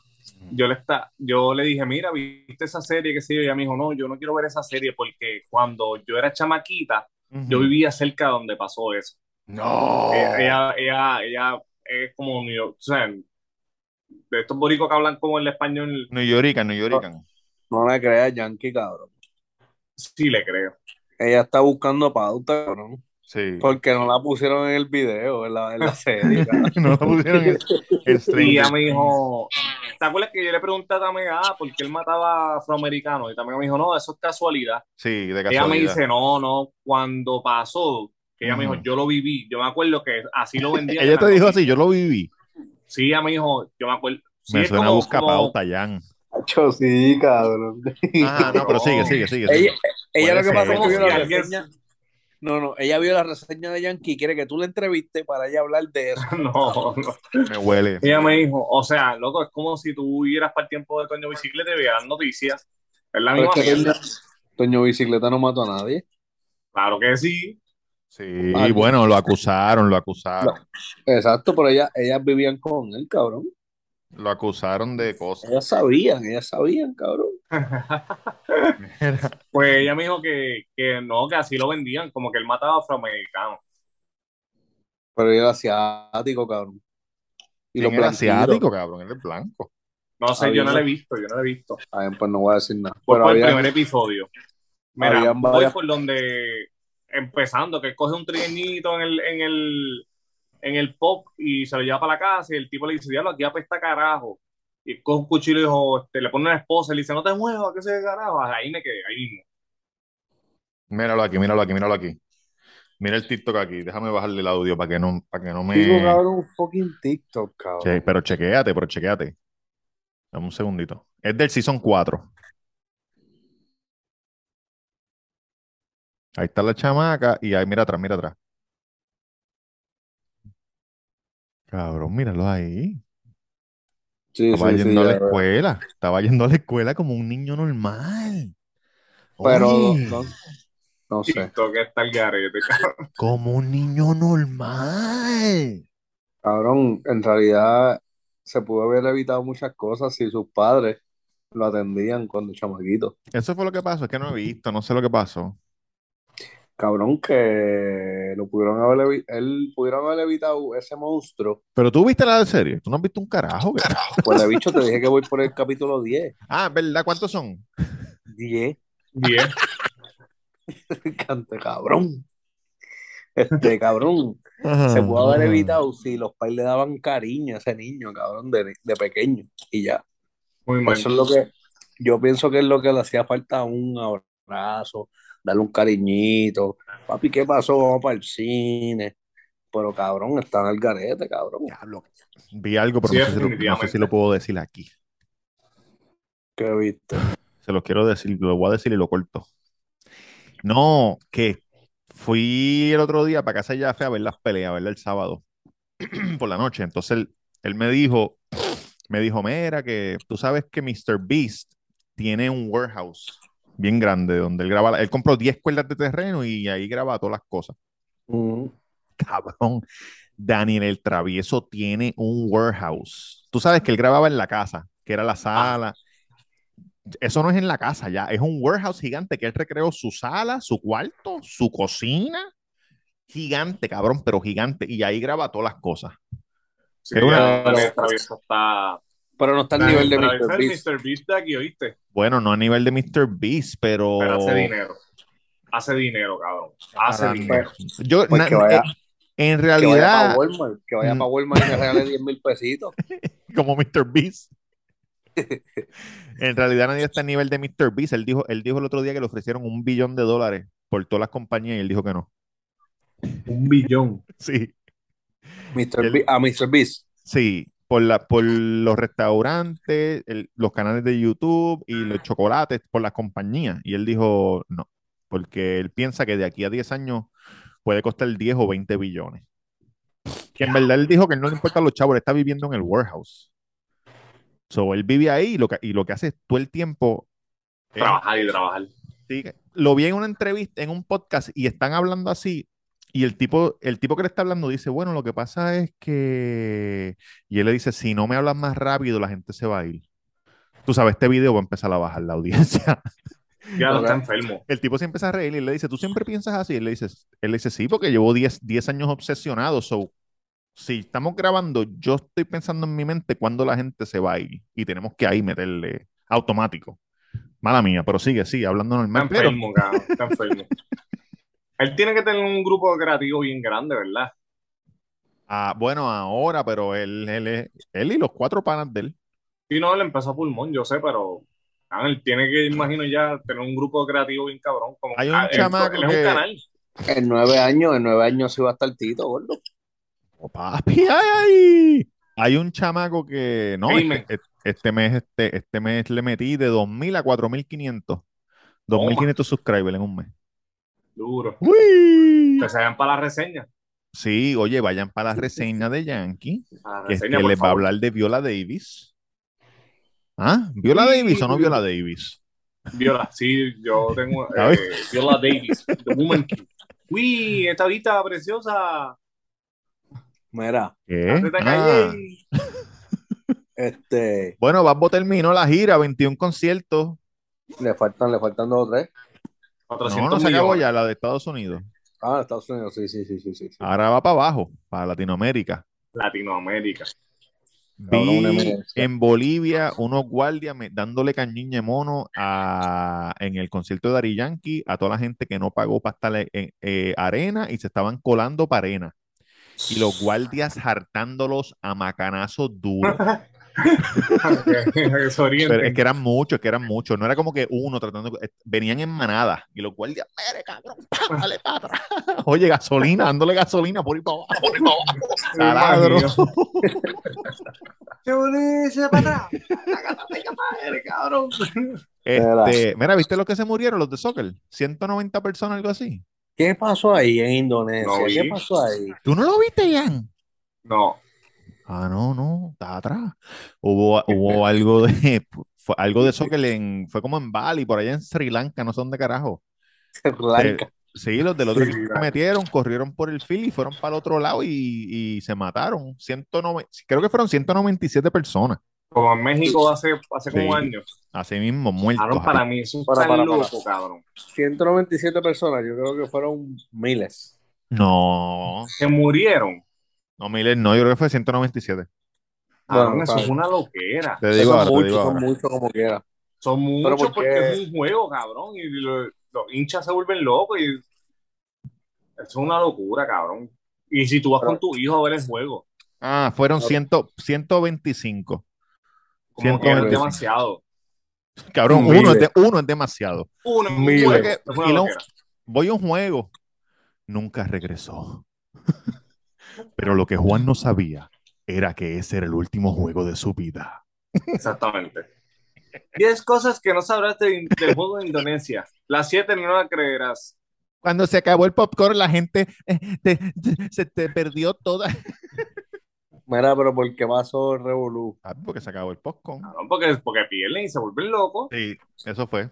yo le dije, mira, ¿viste esa serie? Que sé yo, y ella me dijo, no, yo no quiero ver esa serie porque cuando yo era chamaquita, yo Ujú. vivía cerca de donde pasó eso. No. Ella es como, o sea, de estos boricos que hablan como el español, New Yorican, New No, Yorican. no le creas, Yankee, cabrón. sí le creo. Ella está buscando pauta, cabrón. Sí. Porque no la pusieron en el video, en la serie, cabrón. No lo pusieron en Y ella Stranger me Things. dijo, ¿te acuerdas que yo le pregunté a Tamega, por qué él mataba a afroamericanos? Y Tamega me dijo, no, eso es casualidad. Sí, de Ella me casualidad. dice, no, no, cuando pasó, que ella me dijo, Ujú. yo lo viví, yo me acuerdo que así lo vendían en Ella las te dijo así, yo noticias. lo viví. Sí, ella me dijo, yo me acuerdo, sí Me es suena a buscapauta, Jan. Acho, sí, cabrón. Ajá, no, pero sigue, cabrón, sigue, sigue, Ella, sigue. ella Puede lo que es pasa es ser, que como vio puede si la ser. alguien, reseña. No, no, ella vio la reseña de Yankee y quiere que tú la entrevistes para ella hablar de eso. no, no. Me huele. Ella me dijo, o sea, loco, es como si tú hubieras para el tiempo de Toño Bicicleta y vieras noticias, es la Pero es misma que mierda. Toño Bicicleta no mató a nadie. Claro que sí. Sí, Aquí- bueno, lo acusaron, lo no. acusaron. Exacto, pero ellas vivían con él, cabrón. Lo acusaron de cosas. Ellas sabían, cabrón. Mira, Pues ella me dijo que no, que así lo vendían, como que él mataba a afroamericanos. Pero él era asiático, cabrón. Y ¿quién los era blanquitos. asiático, cabrón? Él es blanco. No sé, yo Habían, no lo he visto, yo no lo he visto. pues no voy a decir nada. Voy Pero por el primer episodio. Mira, habían voy varias. por donde, empezando, que él coge un trigueñito en el pop y se lo lleva para la casa y el tipo le dice, diablo, aquí apesta carajo. Y coge un cuchillo y dijo, le pone una esposa y le dice, no te muevas, que se carajo. Ahí me quedé, ahí mismo. Míralo aquí, míralo aquí, míralo aquí. Mira el TikTok aquí. Déjame bajarle el audio para que no Digo, me. cabrón, un fucking TikTok, Che, cabrón. pero chequéate. Dame un segundito. Es del Season 4. Ahí está la chamaca y ahí, mira atrás, mira atrás. Cabrón, míralo ahí. Sí, Estaba sí, sí, yendo a la ya veo. escuela. Estaba yendo a la escuela como un niño normal. Pero Oye, no sé. TikTok está el garete, cabrón. como un niño normal. Cabrón, en realidad se pudo haber evitado muchas cosas si sus padres lo atendían cuando chamaquito. Eso fue lo que pasó. Es que no he visto, no sé lo que pasó. Cabrón, que lo pudieron haber, pudieron haber evitado ese monstruo. Pero tú viste la serie. Tú no has visto un carajo. Pues le bicho, te dije que voy por el capítulo 10. Ah, ¿verdad? ¿Cuántos son? 10, 10. cante cabrón. Cabrón, se Ajá, pudo haber ajá. evitado si los pais le daban cariño a ese niño, cabrón, de pequeño. Y ya. Muy Eso mal. es lo que, yo pienso que es lo que le hacía falta, un abrazo, darle un cariñito. Papi, ¿qué pasó? Vamos para el cine. Pero cabrón, está en el garete, cabrón. Diablo. Vi algo, pero Sí, no sé si lo definitivamente. puedo decir aquí. ¿Qué viste? Se lo quiero decir, lo voy a decir y lo corto. No, que fui el otro día para casa de Jaffe a ver las peleas, a verla el sábado por la noche. Entonces él me dijo, mira, que tú sabes que Mr. Beast tiene un warehouse bien grande donde él graba, él compró 10 cuerdas de terreno y ahí graba todas las cosas. Mm, Cabrón, Daniel el Travieso tiene un warehouse. Tú sabes que él grababa en la casa, que era la Ah, sala. Eso no es en la casa ya, es un warehouse gigante que él recreó su sala, su cuarto, su cocina. Gigante, cabrón, pero gigante. Y ahí graba todas las cosas. sí, Que es una, ya pero, Daniel Travieso está. pero no está al nivel Daniel de Travieso Mr. es el Beast. Mr. Beast de aquí, ¿oíste? bueno, no a nivel de Mr. Beast, Pero hace pero dinero. Hace dinero, cabrón. Hace ojalá no. dinero. Pues, Yo, pues en que vaya para realidad, Walmart, que vaya mm, para Walmart y me regale 10,000 pesitos. como Mr. Beast. En realidad nadie está a nivel de Mr. Beast. Él dijo el otro día que le ofrecieron $1 billón por todas las compañías y él dijo que no. 1 billón. Sí, Mr. él, Mr. Beast. sí, por los restaurantes, los canales de YouTube y los chocolates, por las compañías. Y él dijo no, porque él piensa que de aquí a 10 años puede costar 10 o 20 billones. Que en verdad él dijo que no le importa a los chavos, él está viviendo en el warehouse. So, él vive ahí y lo que hace todo el tiempo es, Trabajar y trabajar. sí, lo vi en una entrevista, en un podcast y están hablando así y el tipo que le está hablando dice, bueno, lo que pasa es que, y él le dice, si no me hablas más rápido, la gente se va a ir. Tú sabes, este video va a empezar a bajar la audiencia. Ya no está Ok. enfermo. El tipo se empieza a reír y le dice, ¿tú siempre piensas así? Él le dice, sí, porque llevo 10 años obsesionado, so, si estamos grabando, yo estoy pensando en mi mente cuándo la gente se va a ir y tenemos que ahí meterle automático. Mala mía, pero sigue, hablando Está normal, pero enfermo, cabrón. Está enfermo. Él tiene que tener un grupo creativo bien grande, ¿verdad? bueno, ahora, pero él y los 4 panas de él. Sí, no, él empezó a pulmón, yo sé, pero él tiene que, imagino ya, tener un grupo creativo bien cabrón. Como, Hay un él chamaco es un que, canal. En 9 años sí va a estar Tito, gordo. oh, papi, ay, hay un chamaco que, no, Amen. este mes le metí de 2.000 a 4.500, dos mil Toma. quinientos subscribers en un mes. Duro. Uy. Que se vayan para la reseña. Sí, oye, vayan para la reseña de Yankee, Para la que es reseña, que por les va a favor. hablar de Viola Davis. ¿Ah? ¿Viola Davis Uy, o no Viola Davis? Viola, sí, yo tengo ¿Sabes? Viola Davis, The Woman King. Uy, esta vista preciosa. Mira, ¿Qué? Café Ah. Calle. este, Bueno, Babbo terminó la gira, 21 conciertos. le faltan 2 o 3. No, 400 no se acabó millones. ya la de Estados Unidos. Ah, Estados Unidos, sí, sí, sí, sí, sí, sí. Ahora va para abajo, para Latinoamérica. Latinoamérica. Cabrón, una Vi eminencia. en Bolivia unos guardias dándole cañiña de mono en el concierto de Daddy Yankee a toda la gente que no pagó para estar en arena y se estaban colando para arena. Y los guardias hartándolos a macanazos duros. Que se Pero es orienten. que eran muchos. No era como que uno tratando. Venían en manada. Y los guardias, ¡mere, cabrón! ¡Pá, dale para atrás! Oye, gasolina, dándole gasolina por ahí para abajo. Me Taladro. imagino. ¡Qué bonito para atrás! ¡Agátate, madre, cabrón! Mira, Mira, ¿viste lo que se murieron los de soccer? 190 personas, algo así. ¿qué pasó ahí en No Indonesia? ¿Qué vi. pasó ahí? ¿Tú no lo viste, Jan? No. Ah, no, no, está atrás. Hubo algo de, fue algo de soccer fue como en Bali, por allá en Sri Lanka, no sé dónde carajo. Sri Se- Lanka. sí, los del otro Sí, equipo se metieron, corrieron por el field y fueron para el otro lado y se mataron. 190, creo que fueron 197 personas. como en México hace como Sí, años. así mismo, muertos Cabrón, ahí. para mí eso está Para. loco, cabrón. 197 personas, yo creo que fueron miles. No, Se murieron. no, Miller, no, yo creo que fue 197. Bueno, Cabrón, o eso sea, es una loquera. Te digo esos ahora, te digo son ahora. muchos como quiera. Son Pero muchos porque es porque, un juego, cabrón. Y los hinchas se vuelven locos y eso es una locura, cabrón. Y si tú vas con pero, tu hijo a ver el juego, Ah, fueron pero, 125. como que es ok, 125. demasiado. Cabrón, miles, uno es demasiado. Uno en un Mira miles. juego, que es una loquera. voy a un juego. Nunca regresó. Pero lo que Juan no sabía era que ese era el último juego de su vida. Exactamente. 10 cosas que no sabrás del juego de Indonesia. Las 7 no las creerás. Cuando se acabó el popcorn, la gente se te perdió toda. Mira, pero ¿por qué pasó el revolú? Ah, porque se acabó el popcorn. Cabrón, porque pierden y se vuelven locos. Sí, eso fue.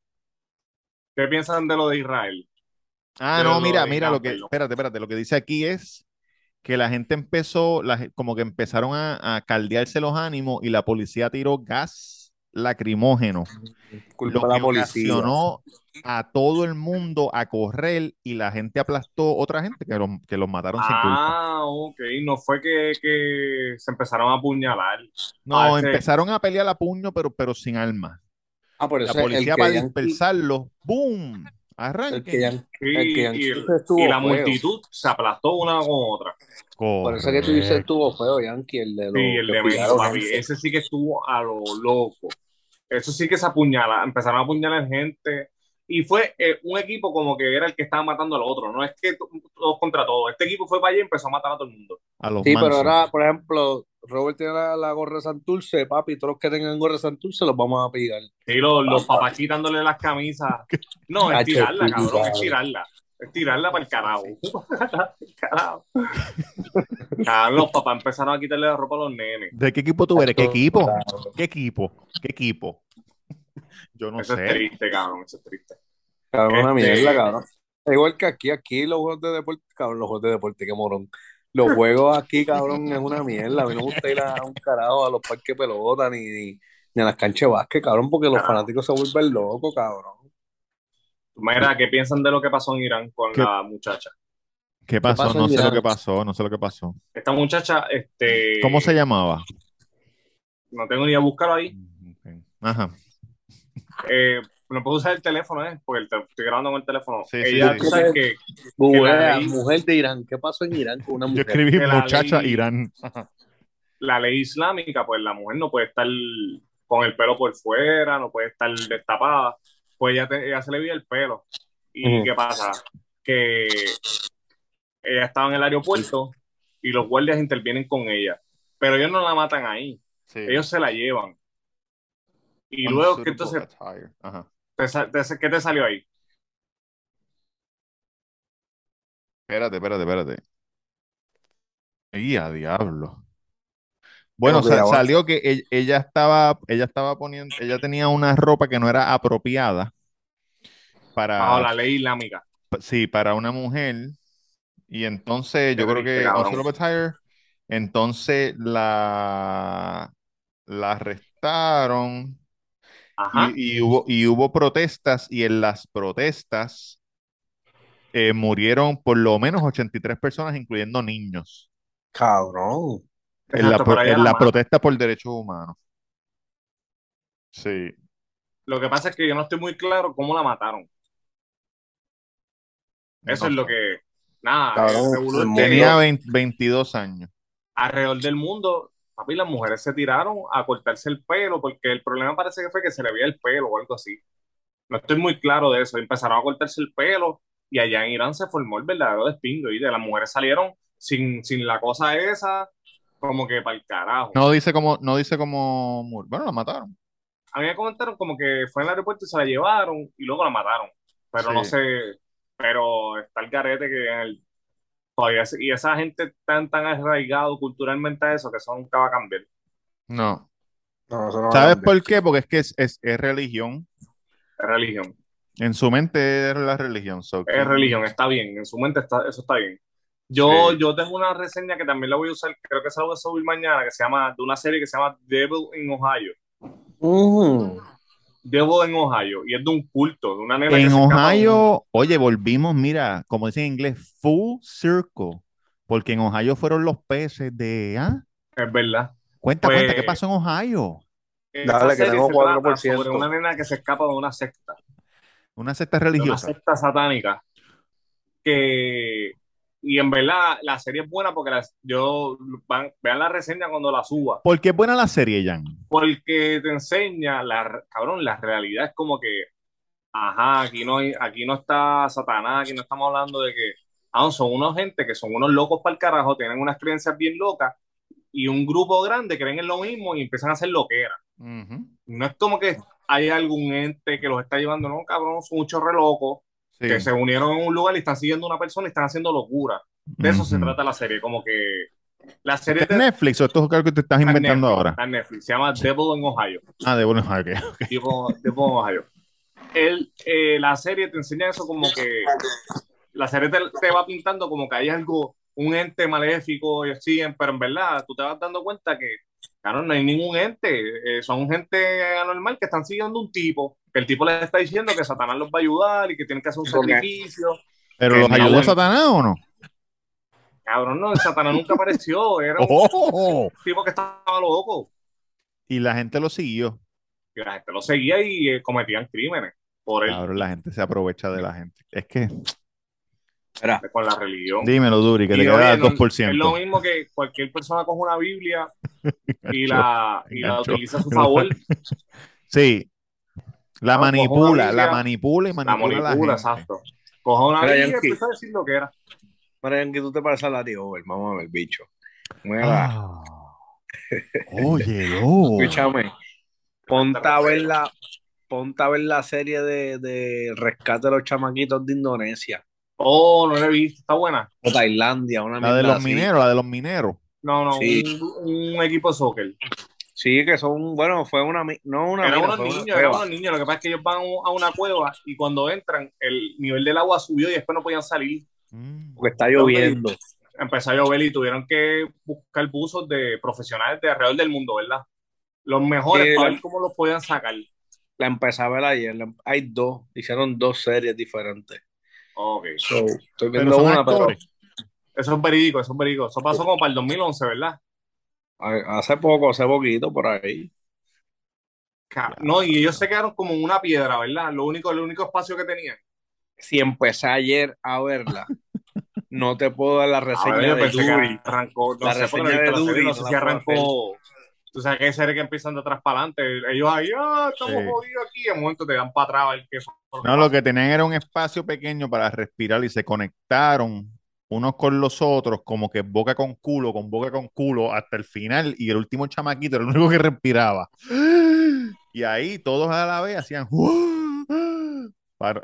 ¿Qué piensan de lo de Israel? Ah, De no, lo mira, de mira, Irán, perdón. espérate, lo que dice aquí es que la gente empezó, como que empezaron a caldearse los ánimos y la policía tiró gas lacrimógeno, lo Culpa de que la policía. ocasionó a todo el mundo a correr y la gente aplastó otra gente que los mataron sin culpa. Ah, ok. No fue que se empezaron a apuñalar. A No, ese, empezaron a pelear a puño, pero sin armas. Ah, por La eso el policía que para Yankee, dispersarlos, ¡boom! El que, Arranquen. Yan- el que Y, y, Yankee y estuvo la feo. multitud se aplastó una con otra. Por eso que tú dices Correcto. estuvo feo, Yankee, el de Sí, los el que de México, pillaron papi. gente. Ese sí que estuvo a lo loco. Eso sí que se apuñala. Empezaron a apuñalar gente. Y fue un equipo como que era el que estaba matando al otro. No es que todos contra todos. Este equipo fue para allá y empezó a matar a todo el mundo. A los Sí, pero mansos. ahora, por ejemplo, Robert tiene la gorra de Santurce, papi, todos los que tengan gorra de Santurce los vamos a pillar. Sí, los papás quitándole las camisas. No, es Hacho, tirarla, sí, cabrón. Es cabrón. tirarla. Es tirarla para el carajo. Carajo. Cabrón, los papás empezaron a quitarle la ropa a los nenes. ¿De qué equipo tú eres? ¿Qué Hacho, equipo? cabrón. ¿Qué equipo? ¿Qué equipo? Yo no Eso es sé. triste, cabrón. Eso es triste. Cabrón, una mierda, Este, cabrón. Igual que aquí los juegos de deporte, cabrón, los juegos de deporte, qué morón. Los juegos aquí, cabrón, es una mierda. A mí no me gusta ir a un carajo a los parques de pelota ni a las canchas de básquet, cabrón, porque los carajo. fanáticos se vuelven locos, cabrón. Mira, ¿qué piensan de lo que pasó en Irán con ¿Qué, la muchacha? qué ¿Qué pasó? pasó No en sé lo que Irán? pasó. No sé lo que pasó. Esta muchacha, ¿Cómo se llamaba? no tengo ni idea, búscalo ahí. Ok. Ajá. No puedo usar el teléfono, porque estoy grabando con el teléfono. Sí, sí, Ella, sí. tú sabes que Googlea, mujer de Irán. ¿Qué pasó en Irán con una Yo mujer? escribí que muchacha Irán. Ajá. la ley islámica, pues la mujer no puede estar con el pelo por fuera, no puede estar destapada. Pues ella se le veía el pelo. ¿Y Ujú. qué pasa? Que ella estaba en el aeropuerto y los guardias intervienen con ella. Pero ellos no la matan ahí. Sí. Ellos se la llevan. Y luego que Unsuitable entonces, attire. Ajá. ¿qué te salió ahí? Espérate, espérate, espérate. ¡Y a diablo! Tengo Bueno, cuidado. salió que ella estaba poniendo, ella tenía una ropa que no era apropiada Bajo para, la ley islámica. sí, para una mujer. Y entonces Qué yo creo triste, que cabrón. unsuitable attire, entonces la arrestaron Ajá. y hubo protestas y en las protestas murieron por lo menos 83 personas, incluyendo niños, Cabrón. Exacto, pero ella en la la mata. protesta por derechos humanos. Sí, Lo que pasa es que yo no estoy muy claro cómo la mataron. Eso no es lo sé. que, nada, el Cabrón, revolú el es Tenía que mundo. 22 años. alrededor del mundo, papi, las mujeres se tiraron a cortarse el pelo porque el problema parece que fue que se le veía el pelo o algo así. No estoy muy claro de eso. Empezaron a cortarse el pelo y allá en Irán se formó el verdadero despingo y de las mujeres salieron sin la cosa esa, como que para el carajo. No dice cómo murió. Bueno, la mataron. A mí me comentaron como que fue en el aeropuerto y se la llevaron y luego la mataron. Pero no Sí. sé, pero está el garete todavía, y esa gente tan arraigado culturalmente a eso que eso nunca va a cambiar. No. No, eso no va a ¿Sabes cambiar. por qué? Porque es que es religión. Es religión. En su mente es la religión. So, Es religión, está bien. En su mente eso está bien. sí. Yo tengo una reseña que también la voy a usar, creo que se la voy a subir mañana, que se llama, de una serie que se llama Devil in Ohio. Ujú. Devil in Ohio. Y es de un culto, de una nena que En se escapa de un... Ohio, oye, volvimos, mira, como dicen en inglés, full circle. Porque en Ohio fueron los peces de... ¿Ah? Es verdad. Cuenta, ¿qué Pues pasó en Ohio? esa Dale, que serie tengo se cuatro trata Ah, por sobre una ciento nena que se escapa una secta de una religiosa. secta satánica, que, y en verdad la serie es buena porque vean la reseña cuando la suba, ¿Por qué es buena la serie, Jan? porque te enseña, cabrón, la realidad es como que, ajá, aquí no está Satanás, aquí no estamos hablando de que, son unos gente que son unos locos para el carajo, tienen unas creencias bien locas, y un grupo grande creen en lo mismo y empiezan a hacer lo que era. Ujú. No es como que hay algún ente que los está llevando, no, cabrón, son muchos re locos que Sí. se unieron en un lugar y están siguiendo a una persona y están haciendo locura. De eso se Ujú. trata la serie, como que la serie ¿Está en Netflix o esto es algo que te estás inventando ahora? Está en Netflix, se llama Devil in Ohio. Ah, de bueno, ok, ok. Devil in Ohio. La serie te enseña eso como que la serie te va pintando como que hay algo, un ente maléfico y así, pero en verdad tú te vas dando cuenta que, claro, no hay ningún ente, son gente anormal que están siguiendo un tipo, que el tipo les está diciendo que Satanás los va a ayudar y que tienen que hacer un porque sacrificio, ¿Pero que los está ayudó bueno. Satanás o no? Cabrón, no, Satanás nunca apareció, era un ¡Oh! tipo que estaba loco, Y la gente lo siguió. y la gente lo seguía y cometían crímenes. por él, Cabrón, la gente se aprovecha de la gente. Es que, Mira, con la religión. dímelo, Duri, que te Y queda oye, el dos por es lo ciento mismo que cualquier persona coge una Biblia Enganchó, y la enganchó. utiliza a su favor. Sí, No, coge una la Biblia, manipula y la manipula a la manipula, gente. exacto. Coge una mira, Biblia y Yankee. empieza a decir lo que era. Mira, Yankee, tú te pareces a Larry Over. Vamos a ver, bicho. Mira, Ah, óyelo. escúchame. Tremenda Ponte a ver rapera. la, ponte a ver la serie de rescate de los chamaquitos de Indonesia Oh, no la he visto, está buena. o Tailandia, una La de mierda los así. mineros, la de los mineros. No, no, Sí, un equipo de soccer. sí, que son, bueno, fue no una mina, fue una Eran cueva, unos niños. Lo que pasa es que ellos van a una cueva y cuando entran, el nivel del agua subió y después no podían salir. Mm. porque está Donde lloviendo. empezó a llover y tuvieron que buscar buzos de profesionales de alrededor del mundo, ¿verdad? Los mejores Sí, para ver cómo los podían sacar. la empecé a ver ayer, hay dos, hicieron dos series diferentes. Ok. So, estoy Pero viendo son una, pero actores. Eso es verídico, eso es verídico. Eso pasó como para el 2011, ¿verdad? hace poco, hace poquito por ahí. No, y ellos Diablo. se quedaron como en una piedra, ¿verdad? El único espacio que tenían. Si empecé ayer a verla, no te puedo dar la A ver, reseña yo de pensé que Duri. arrancó, no La sé, porque no he reseña visto de la serie, Duri no no sé si la puedo hacer. arrancó. Tú sabes que hay series que empiezan de atrás para adelante. Ellos ahí, estamos Sí. jodidos aquí. Y de momento te dan para atrás a ver qué fue lo que No, lo pasó. que tenían era un espacio pequeño para respirar y se conectaron unos con los otros, como que con boca con culo, hasta el final. Y el último chamaquito era el único que respiraba. Y ahí todos a la vez hacían. Para-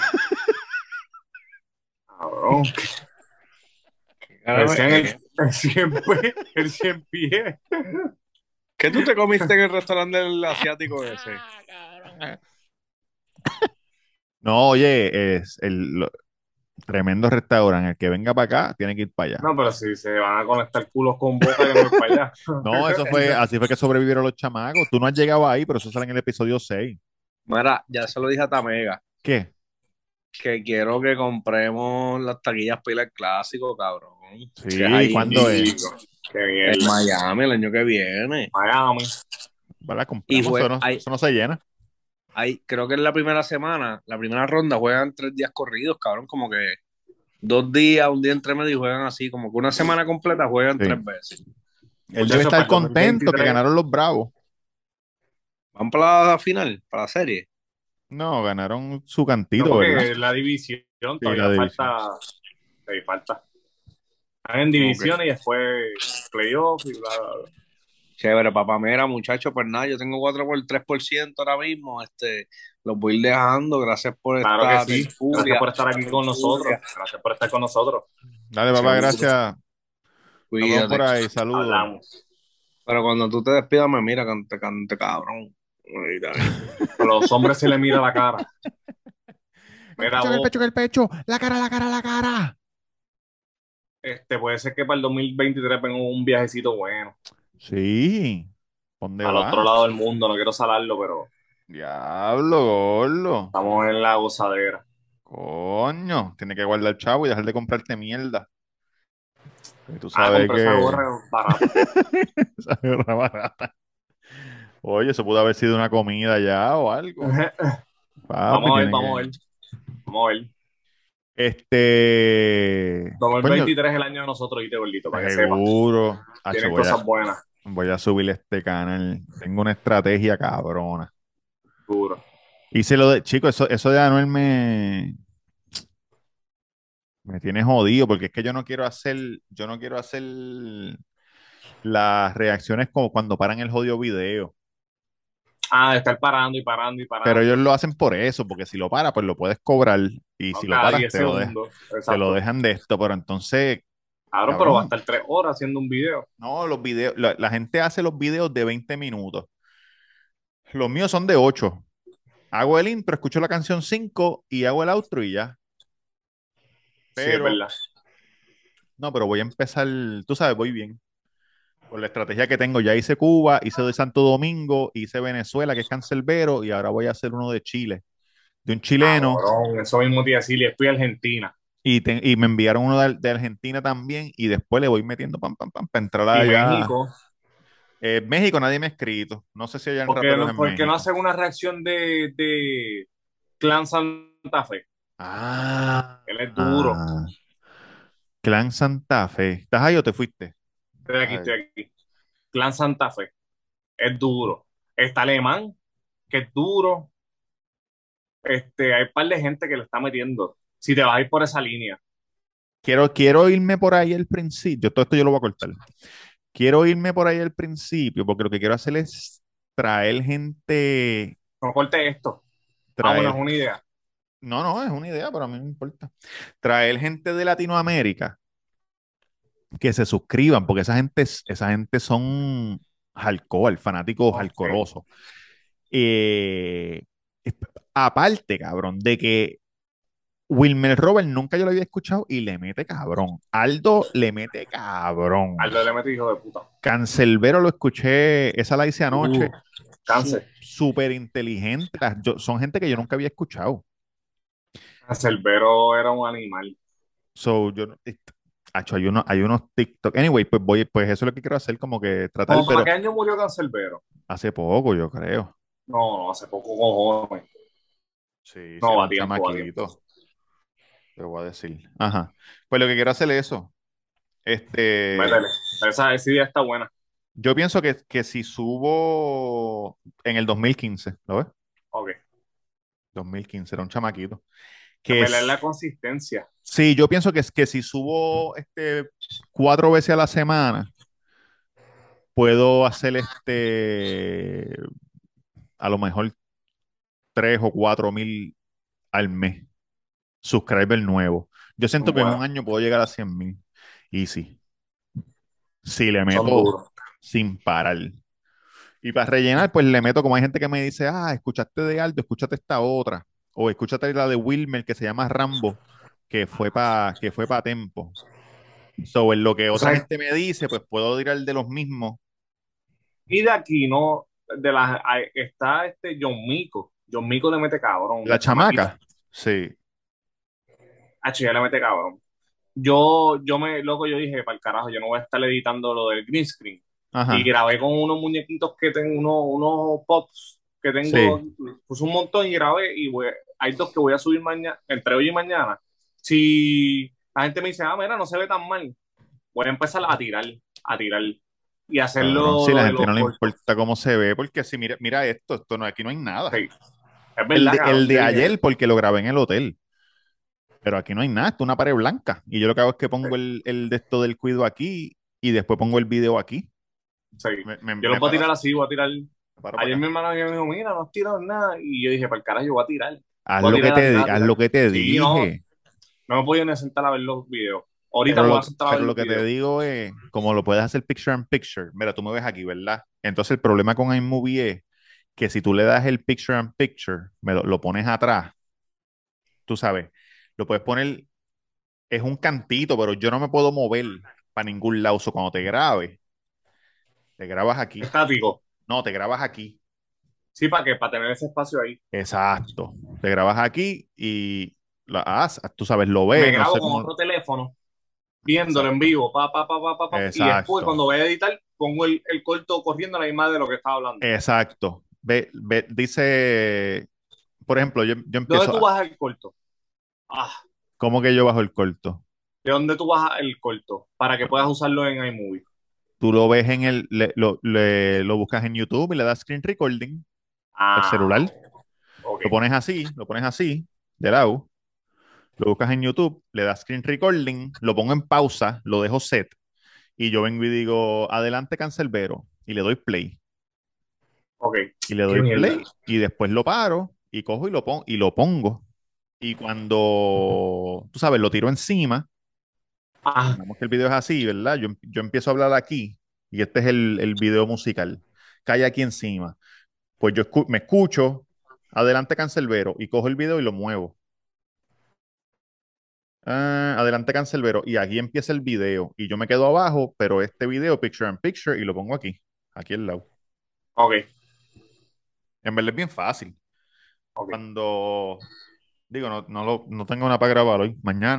Cabrón. Carajo, Parecían el 100 pies. ¿qué tú te comiste en el restaurante del asiático ese? No, oye, tremendo restaurante. El que venga para acá tiene que ir para allá. No, pero si se van a conectar culos con boca, yo no voy para allá. No, así fue que sobrevivieron los chamacos. Tú no has llegado ahí, pero eso sale en el episodio 6. Mira, ya se lo dije a Tamega, ¿Qué? que quiero que compremos las taquillas pila clásico, cabrón. Que es Sí, ahí ¿cuándo es? Qué en mierda. Miami el año que viene. Miami. ¿La Y compramos? Eso no se llena. creo que en la primera semana, la primera ronda, juegan 3 días corridos, cabrón, como que 2 días, un día entre medio y juegan así, como que una semana completa juegan Sí. 3 veces. Él debe Muchachos, estar para el contento que 2023. ganaron los Bravos. Van para la final, para la serie. No, ganaron su No, cantito, ¿verdad? porque la división Sí, la todavía división. falta. Todavía falta. Están en Ok. divisiones y después playoff y bla, bla, bla. Chévere, papá, mira, muchachos, pues nada, yo tengo 4 por el 3% ahora mismo, los voy a ir dejando, gracias por Claro que esta sí. Gracias tertulia, por estar aquí con nosotros. Gracias por estar con nosotros. Dale, papá, seguro, gracias. Nos vemos por cuídate. ahí. Saludos. Hablamos. Pero cuando tú te despidas, me mira, cante, cante, cabrón. Ahorita ahí. A los hombres se les mira la cara. El Mira pecho, el vos, pecho, el pecho. La cara, la cara, la cara. puede ser que para el 2023 venga un viajecito bueno. Sí. ¿Dónde Al otro va? lado del mundo. No quiero salarlo, pero Diablo, gordo. estamos en la gozadera. Coño. Tiene que guardar chavo y dejar de comprarte mierda. Que tú Ah, sabes compré esa que gorra barata. esa gorra barata. Oye, eso pudo haber sido una comida ya o algo. Papi, Vamos a ver, tiene vamos a que. ver. Vamos a ver. Coño, 2023 es el año de nosotros, y te gordito, para que sepas. seguro. Hacho, Tienen cosas buenas. voy a subir este canal. Tengo una estrategia cabrona. Duro. Hice lo de, chico, eso de Anuel me tiene jodido, porque es que yo no quiero hacer las reacciones como cuando paran el jodido video. Ah, de estar parando y parando y Pero ellos parando. lo hacen por eso, porque si lo para, pues lo puedes cobrar. Y ¿No? si lo Cada paras, 10 segundos. te lo Exacto. dejan de esto. Pero entonces, Cabrón, pero va a cabrón, estar 3 horas haciendo un video. no, los videos, la gente hace los videos de 20 minutos. Los míos son de 8. Hago el intro, escucho la canción 5 y hago el outro y ya. Sí, es Pero, verdad. no, pero voy a empezar, tú sabes, voy bien. Con la estrategia que tengo, ya hice Cuba, hice de Santo Domingo, hice Venezuela, que es Cancerbero, y ahora voy a hacer uno de Chile, de un chileno, Cabrón, eso mismo te iba a decir, y estoy Argentina. y me enviaron uno de Argentina también, y después le voy metiendo pam, pam, pam, para entrar Y allá. México, México nadie me ha escrito, no sé si hayan porque raperos no, en porque no México. hacen una reacción de Clan Santa Fe. Ah, Él es duro. ah, Clan Santa Fe. ¿Estás ahí o te fuiste? Estoy aquí, Ay, estoy aquí. Clan Santa Fe. Es duro. Está Alemán, que es duro. Hay un par de gente que le está metiendo. Si te vas a ir por esa línea. quiero irme por ahí al principio. Todo esto yo lo voy a cortar. Quiero irme por ahí al principio porque lo que quiero hacer es traer gente, No corte esto. Ah, bueno, es traer, una idea. no, no, es una idea, pero a mí no me importa. Traer gente de Latinoamérica que se suscriban, porque esa gente son hardcore, fanáticos Ok. hardcoreosos. Eh, es- Aparte, cabrón, de que Wilmer Robert nunca yo lo había escuchado y le mete cabrón. Aldo le mete cabrón. Aldo le mete hijo de puta. Cancelbero lo escuché, esa la hice anoche. Cáncer. Súper inteligente. Son gente que yo nunca había escuchado. Cancerbero era un animal. So, yo, no- est- Acho, hay unos TikTok. Anyway, pues eso es lo que quiero hacer, como que tratar, ¿Cómo para pero qué año murió Cancerbero? hace poco, yo creo. No, no, hace poco cojones. Sí, sí, No, era va a un tiempo, va a tiempo. chamaquito, te voy a decir. Ajá. Pues lo que quiero hacer es eso. Este, Métele. Esa idea está buena. yo pienso que si subo en el 2015, ¿lo ves? Ok. 2015, era un chamaquito. En Que verdad es la es, consistencia. sí, yo pienso que si subo 4 veces a la semana, puedo hacer a lo mejor 3 o 4 mil al mes, subscriber nuevo. Yo siento Son que en un buenas. año puedo llegar a 100,000. Y sí, si le Son meto duros. sin parar. Y para rellenar, pues le meto, como hay gente que me dice, escuchaste de Aldo, escúchate esta otra. O escúchate la de Wilmer que se llama Rambo, que fue pa Tempo. So, en lo que O otra sea, gente me dice, pues puedo tirar de los mismos. y de aquí, ¿no? Está John Mico. John Mico le mete cabrón. La La chamaquita. chamaca, sí. Ya le mete cabrón. Loco, yo dije, para el carajo, yo no voy a estar editando lo del green screen. Y Ajá, grabé con unos muñequitos que tengo, unos pops que tengo, sí. puse un montón y grabé hay dos que voy a subir mañana, entre hoy y mañana. Si la gente me dice, mira, no se ve tan mal, voy a empezar a tirar y Cabrón, hacerlo si la lo de gente los no le cortos. importa cómo se ve, porque si mira esto no, aquí no hay nada. Sí, es El verdad, de, el cabrón, de yo dije, ayer, porque lo grabé en el hotel. Pero aquí no hay nada, esto es una pared blanca. Y yo lo que hago es que pongo el de esto del cuido aquí y después pongo el video aquí. sí, Me, me, yo lo me voy a paro, tirar así, voy a tirar. me paro Ayer para mi acá. hermano me dijo, mira, no has tirado nada. Y yo dije, para el carajo, yo voy a tirar. Haz Voy a lo que tirar, a te, tirar, a haz tirar. lo que te Sí, no, dije. no me podía ni sentar a ver los videos. Ahorita Pero me lo, voy a sentar a ver pero lo los que te videos. digo es, como lo puedes hacer picture in picture, mira, tú me ves aquí, ¿verdad? Entonces el problema con iMovie es que si tú le das el picture in picture, lo pones atrás, tú sabes, lo puedes poner, es un cantito, pero yo no me puedo mover para ningún lado. So, cuando te grabas aquí. Estático. No, te grabas aquí. Sí, ¿para qué? Para tener ese espacio ahí. Exacto. Te grabas aquí y tú sabes, lo Me ves, no grabo sé con cómo. otro teléfono, viéndolo en Exacto. vivo, y después Exacto. cuando voy a editar, pongo el corto corriendo a la misma de lo que estaba hablando. Exacto. Dice, por ejemplo, yo ¿Dónde empiezo tú bajas el corto? Ah, ¿cómo que yo bajo el corto? ¿de dónde tú bajas el corto? Para que puedas usarlo en iMovie. Tú lo ves lo buscas en YouTube y le das screen recording al Ah, celular. ok, Lo pones así, de lado. Lo buscas en YouTube, le das screen recording, lo pongo en pausa, lo dejo set y yo vengo y digo, adelante, Cancelbero, y le doy play. ok. Y le Qué doy mierda. play y después lo paro y cojo y lo pongo. Y cuando, tú sabes, lo tiro encima, Ah, supongamos que el video es así, ¿verdad? Yo empiezo a hablar aquí y este es el video musical. Cae aquí encima. Pues yo me escucho, adelante, Cancelbero, y cojo el video y lo muevo. Adelante, Cancelbero. Y aquí empieza el video. Y yo me quedo abajo, pero este video, picture in picture, y lo pongo aquí al lado. ok, En verdad es bien fácil. ok. Cuando digo, no tengo nada para grabar hoy.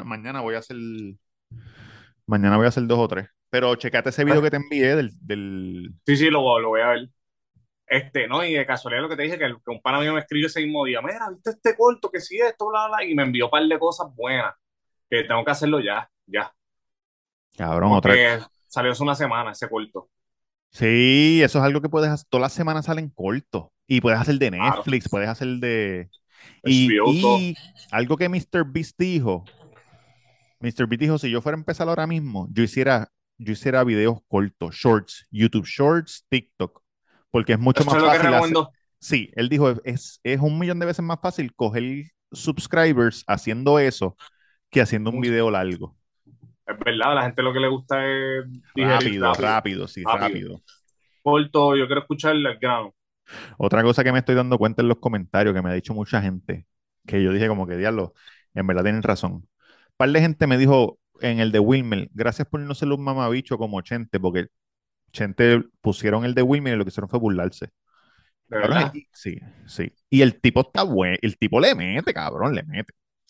Mañana voy a hacer 2 o 3. Pero checate ese video Pues, que te envié del sí, sí, lo voy a ver. No, y de casualidad lo que te dije, que un pana mío me escribió ese mismo día, mira, ¿viste este corto? Que sí, esto, bla, bla, y me envió un par de cosas buenas, que tengo que hacerlo ya, ya, Cabrón, otra. porque salió hace una semana ese corto, Sí, eso es algo que puedes hacer. Todas las semanas salen cortos. Y puedes hacer de claro, Netflix, puedes hacer de. HBO, todo, Y algo que Mr. Beast dijo. Mr. Beast dijo, si yo fuera a empezar ahora mismo, yo hiciera videos cortos, shorts, YouTube Shorts, TikTok. Porque es mucho eso más es lo que fácil hacer. recomiendo, Sí, él dijo, es 1 millón de veces más fácil coger subscribers haciendo eso que haciendo un video largo. es verdad, a la gente lo que le gusta es digerir Rápido, rápido, rápido, sí, rápido, rápido. corto, yo quiero escuchar el grano, Otra cosa que me estoy dando cuenta en los comentarios que me ha dicho mucha gente, que yo dije como que diablo, en verdad tienen razón. Un par de gente me dijo en el de Wilmer, gracias por no ser un mamabicho como Chente, porque Chente pusieron el de Wilmer y lo que hicieron fue burlarse. de Cabrón, verdad, sí, sí. Y el tipo está bueno, el tipo le mete, cabrón, le mete.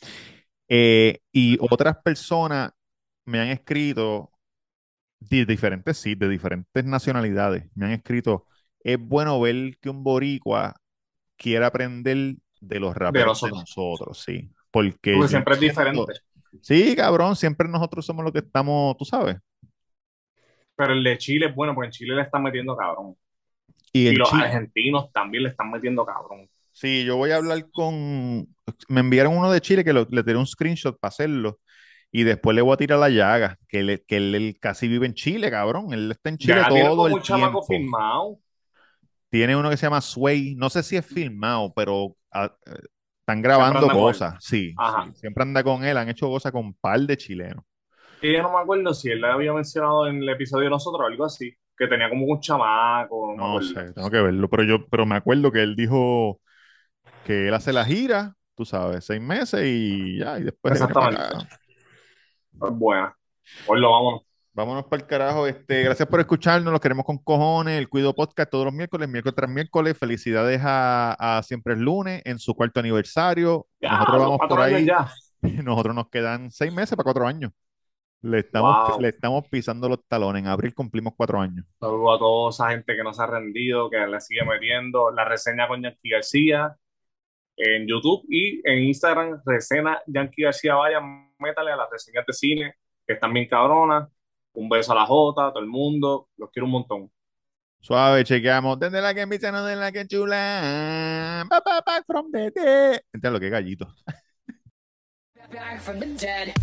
Y otras personas me han escrito de diferentes, sí, de diferentes nacionalidades, me han escrito, es bueno ver que un boricua quiere aprender de los de raperos de nosotros, nosotros, sí. Porque porque yo siempre es entiendo, diferente, sí, cabrón, siempre nosotros somos los que estamos, tú sabes. pero el de Chile es bueno, porque en Chile le están metiendo cabrón, Y y en los Chile, argentinos también le están metiendo cabrón. sí, yo voy a hablar con, me enviaron uno de Chile que le tiré un screenshot para hacerlo. Y después le voy a tirar la llaga, que él casi vive en Chile, cabrón. Él está en Chile Ya tiene todo como el un chamaco tiempo. firmado. Tiene uno que se llama Sway, no sé si es filmado, pero están Siempre grabando anda con él. cosas, sí, Ajá. sí. Siempre anda con él, han hecho cosas con un par de chilenos. Y yo no me acuerdo si él le había mencionado en el episodio de nosotros o algo así, que tenía como un chamaco, no me No acuerdo. sé, tengo que verlo, pero me acuerdo que él dijo que él hace la gira, tú sabes, 6 meses y ya, y después viene para Exactamente. acá. Es buena. Pues lo vámonos. Vámonos para el carajo. Gracias por escucharnos, los queremos con cojones. El Cuido Podcast todos los miércoles, miércoles tras miércoles. Felicidades a Siempre es Lunes en su 4º aniversario. Ya, Nosotros los vamos por 4 años ahí, ya. nosotros nos quedan 6 meses para 4 años. Le estamos, le Wow. estamos pisando los talones. En abril cumplimos 4 años. Saludo a toda esa gente que no se ha rendido, que le sigue metiendo. La reseña con Yankee García en YouTube y en Instagram, reseña Yankee García. Vayan, métale a las reseñas de cine, que están bien cabronas. Un beso a la Jota, a todo el mundo. Los quiero un montón. Suave, chequeamos. Desde la que empieza, no de la que chula. Back from the dead. Entiendo lo que es gallito. Back from the dead.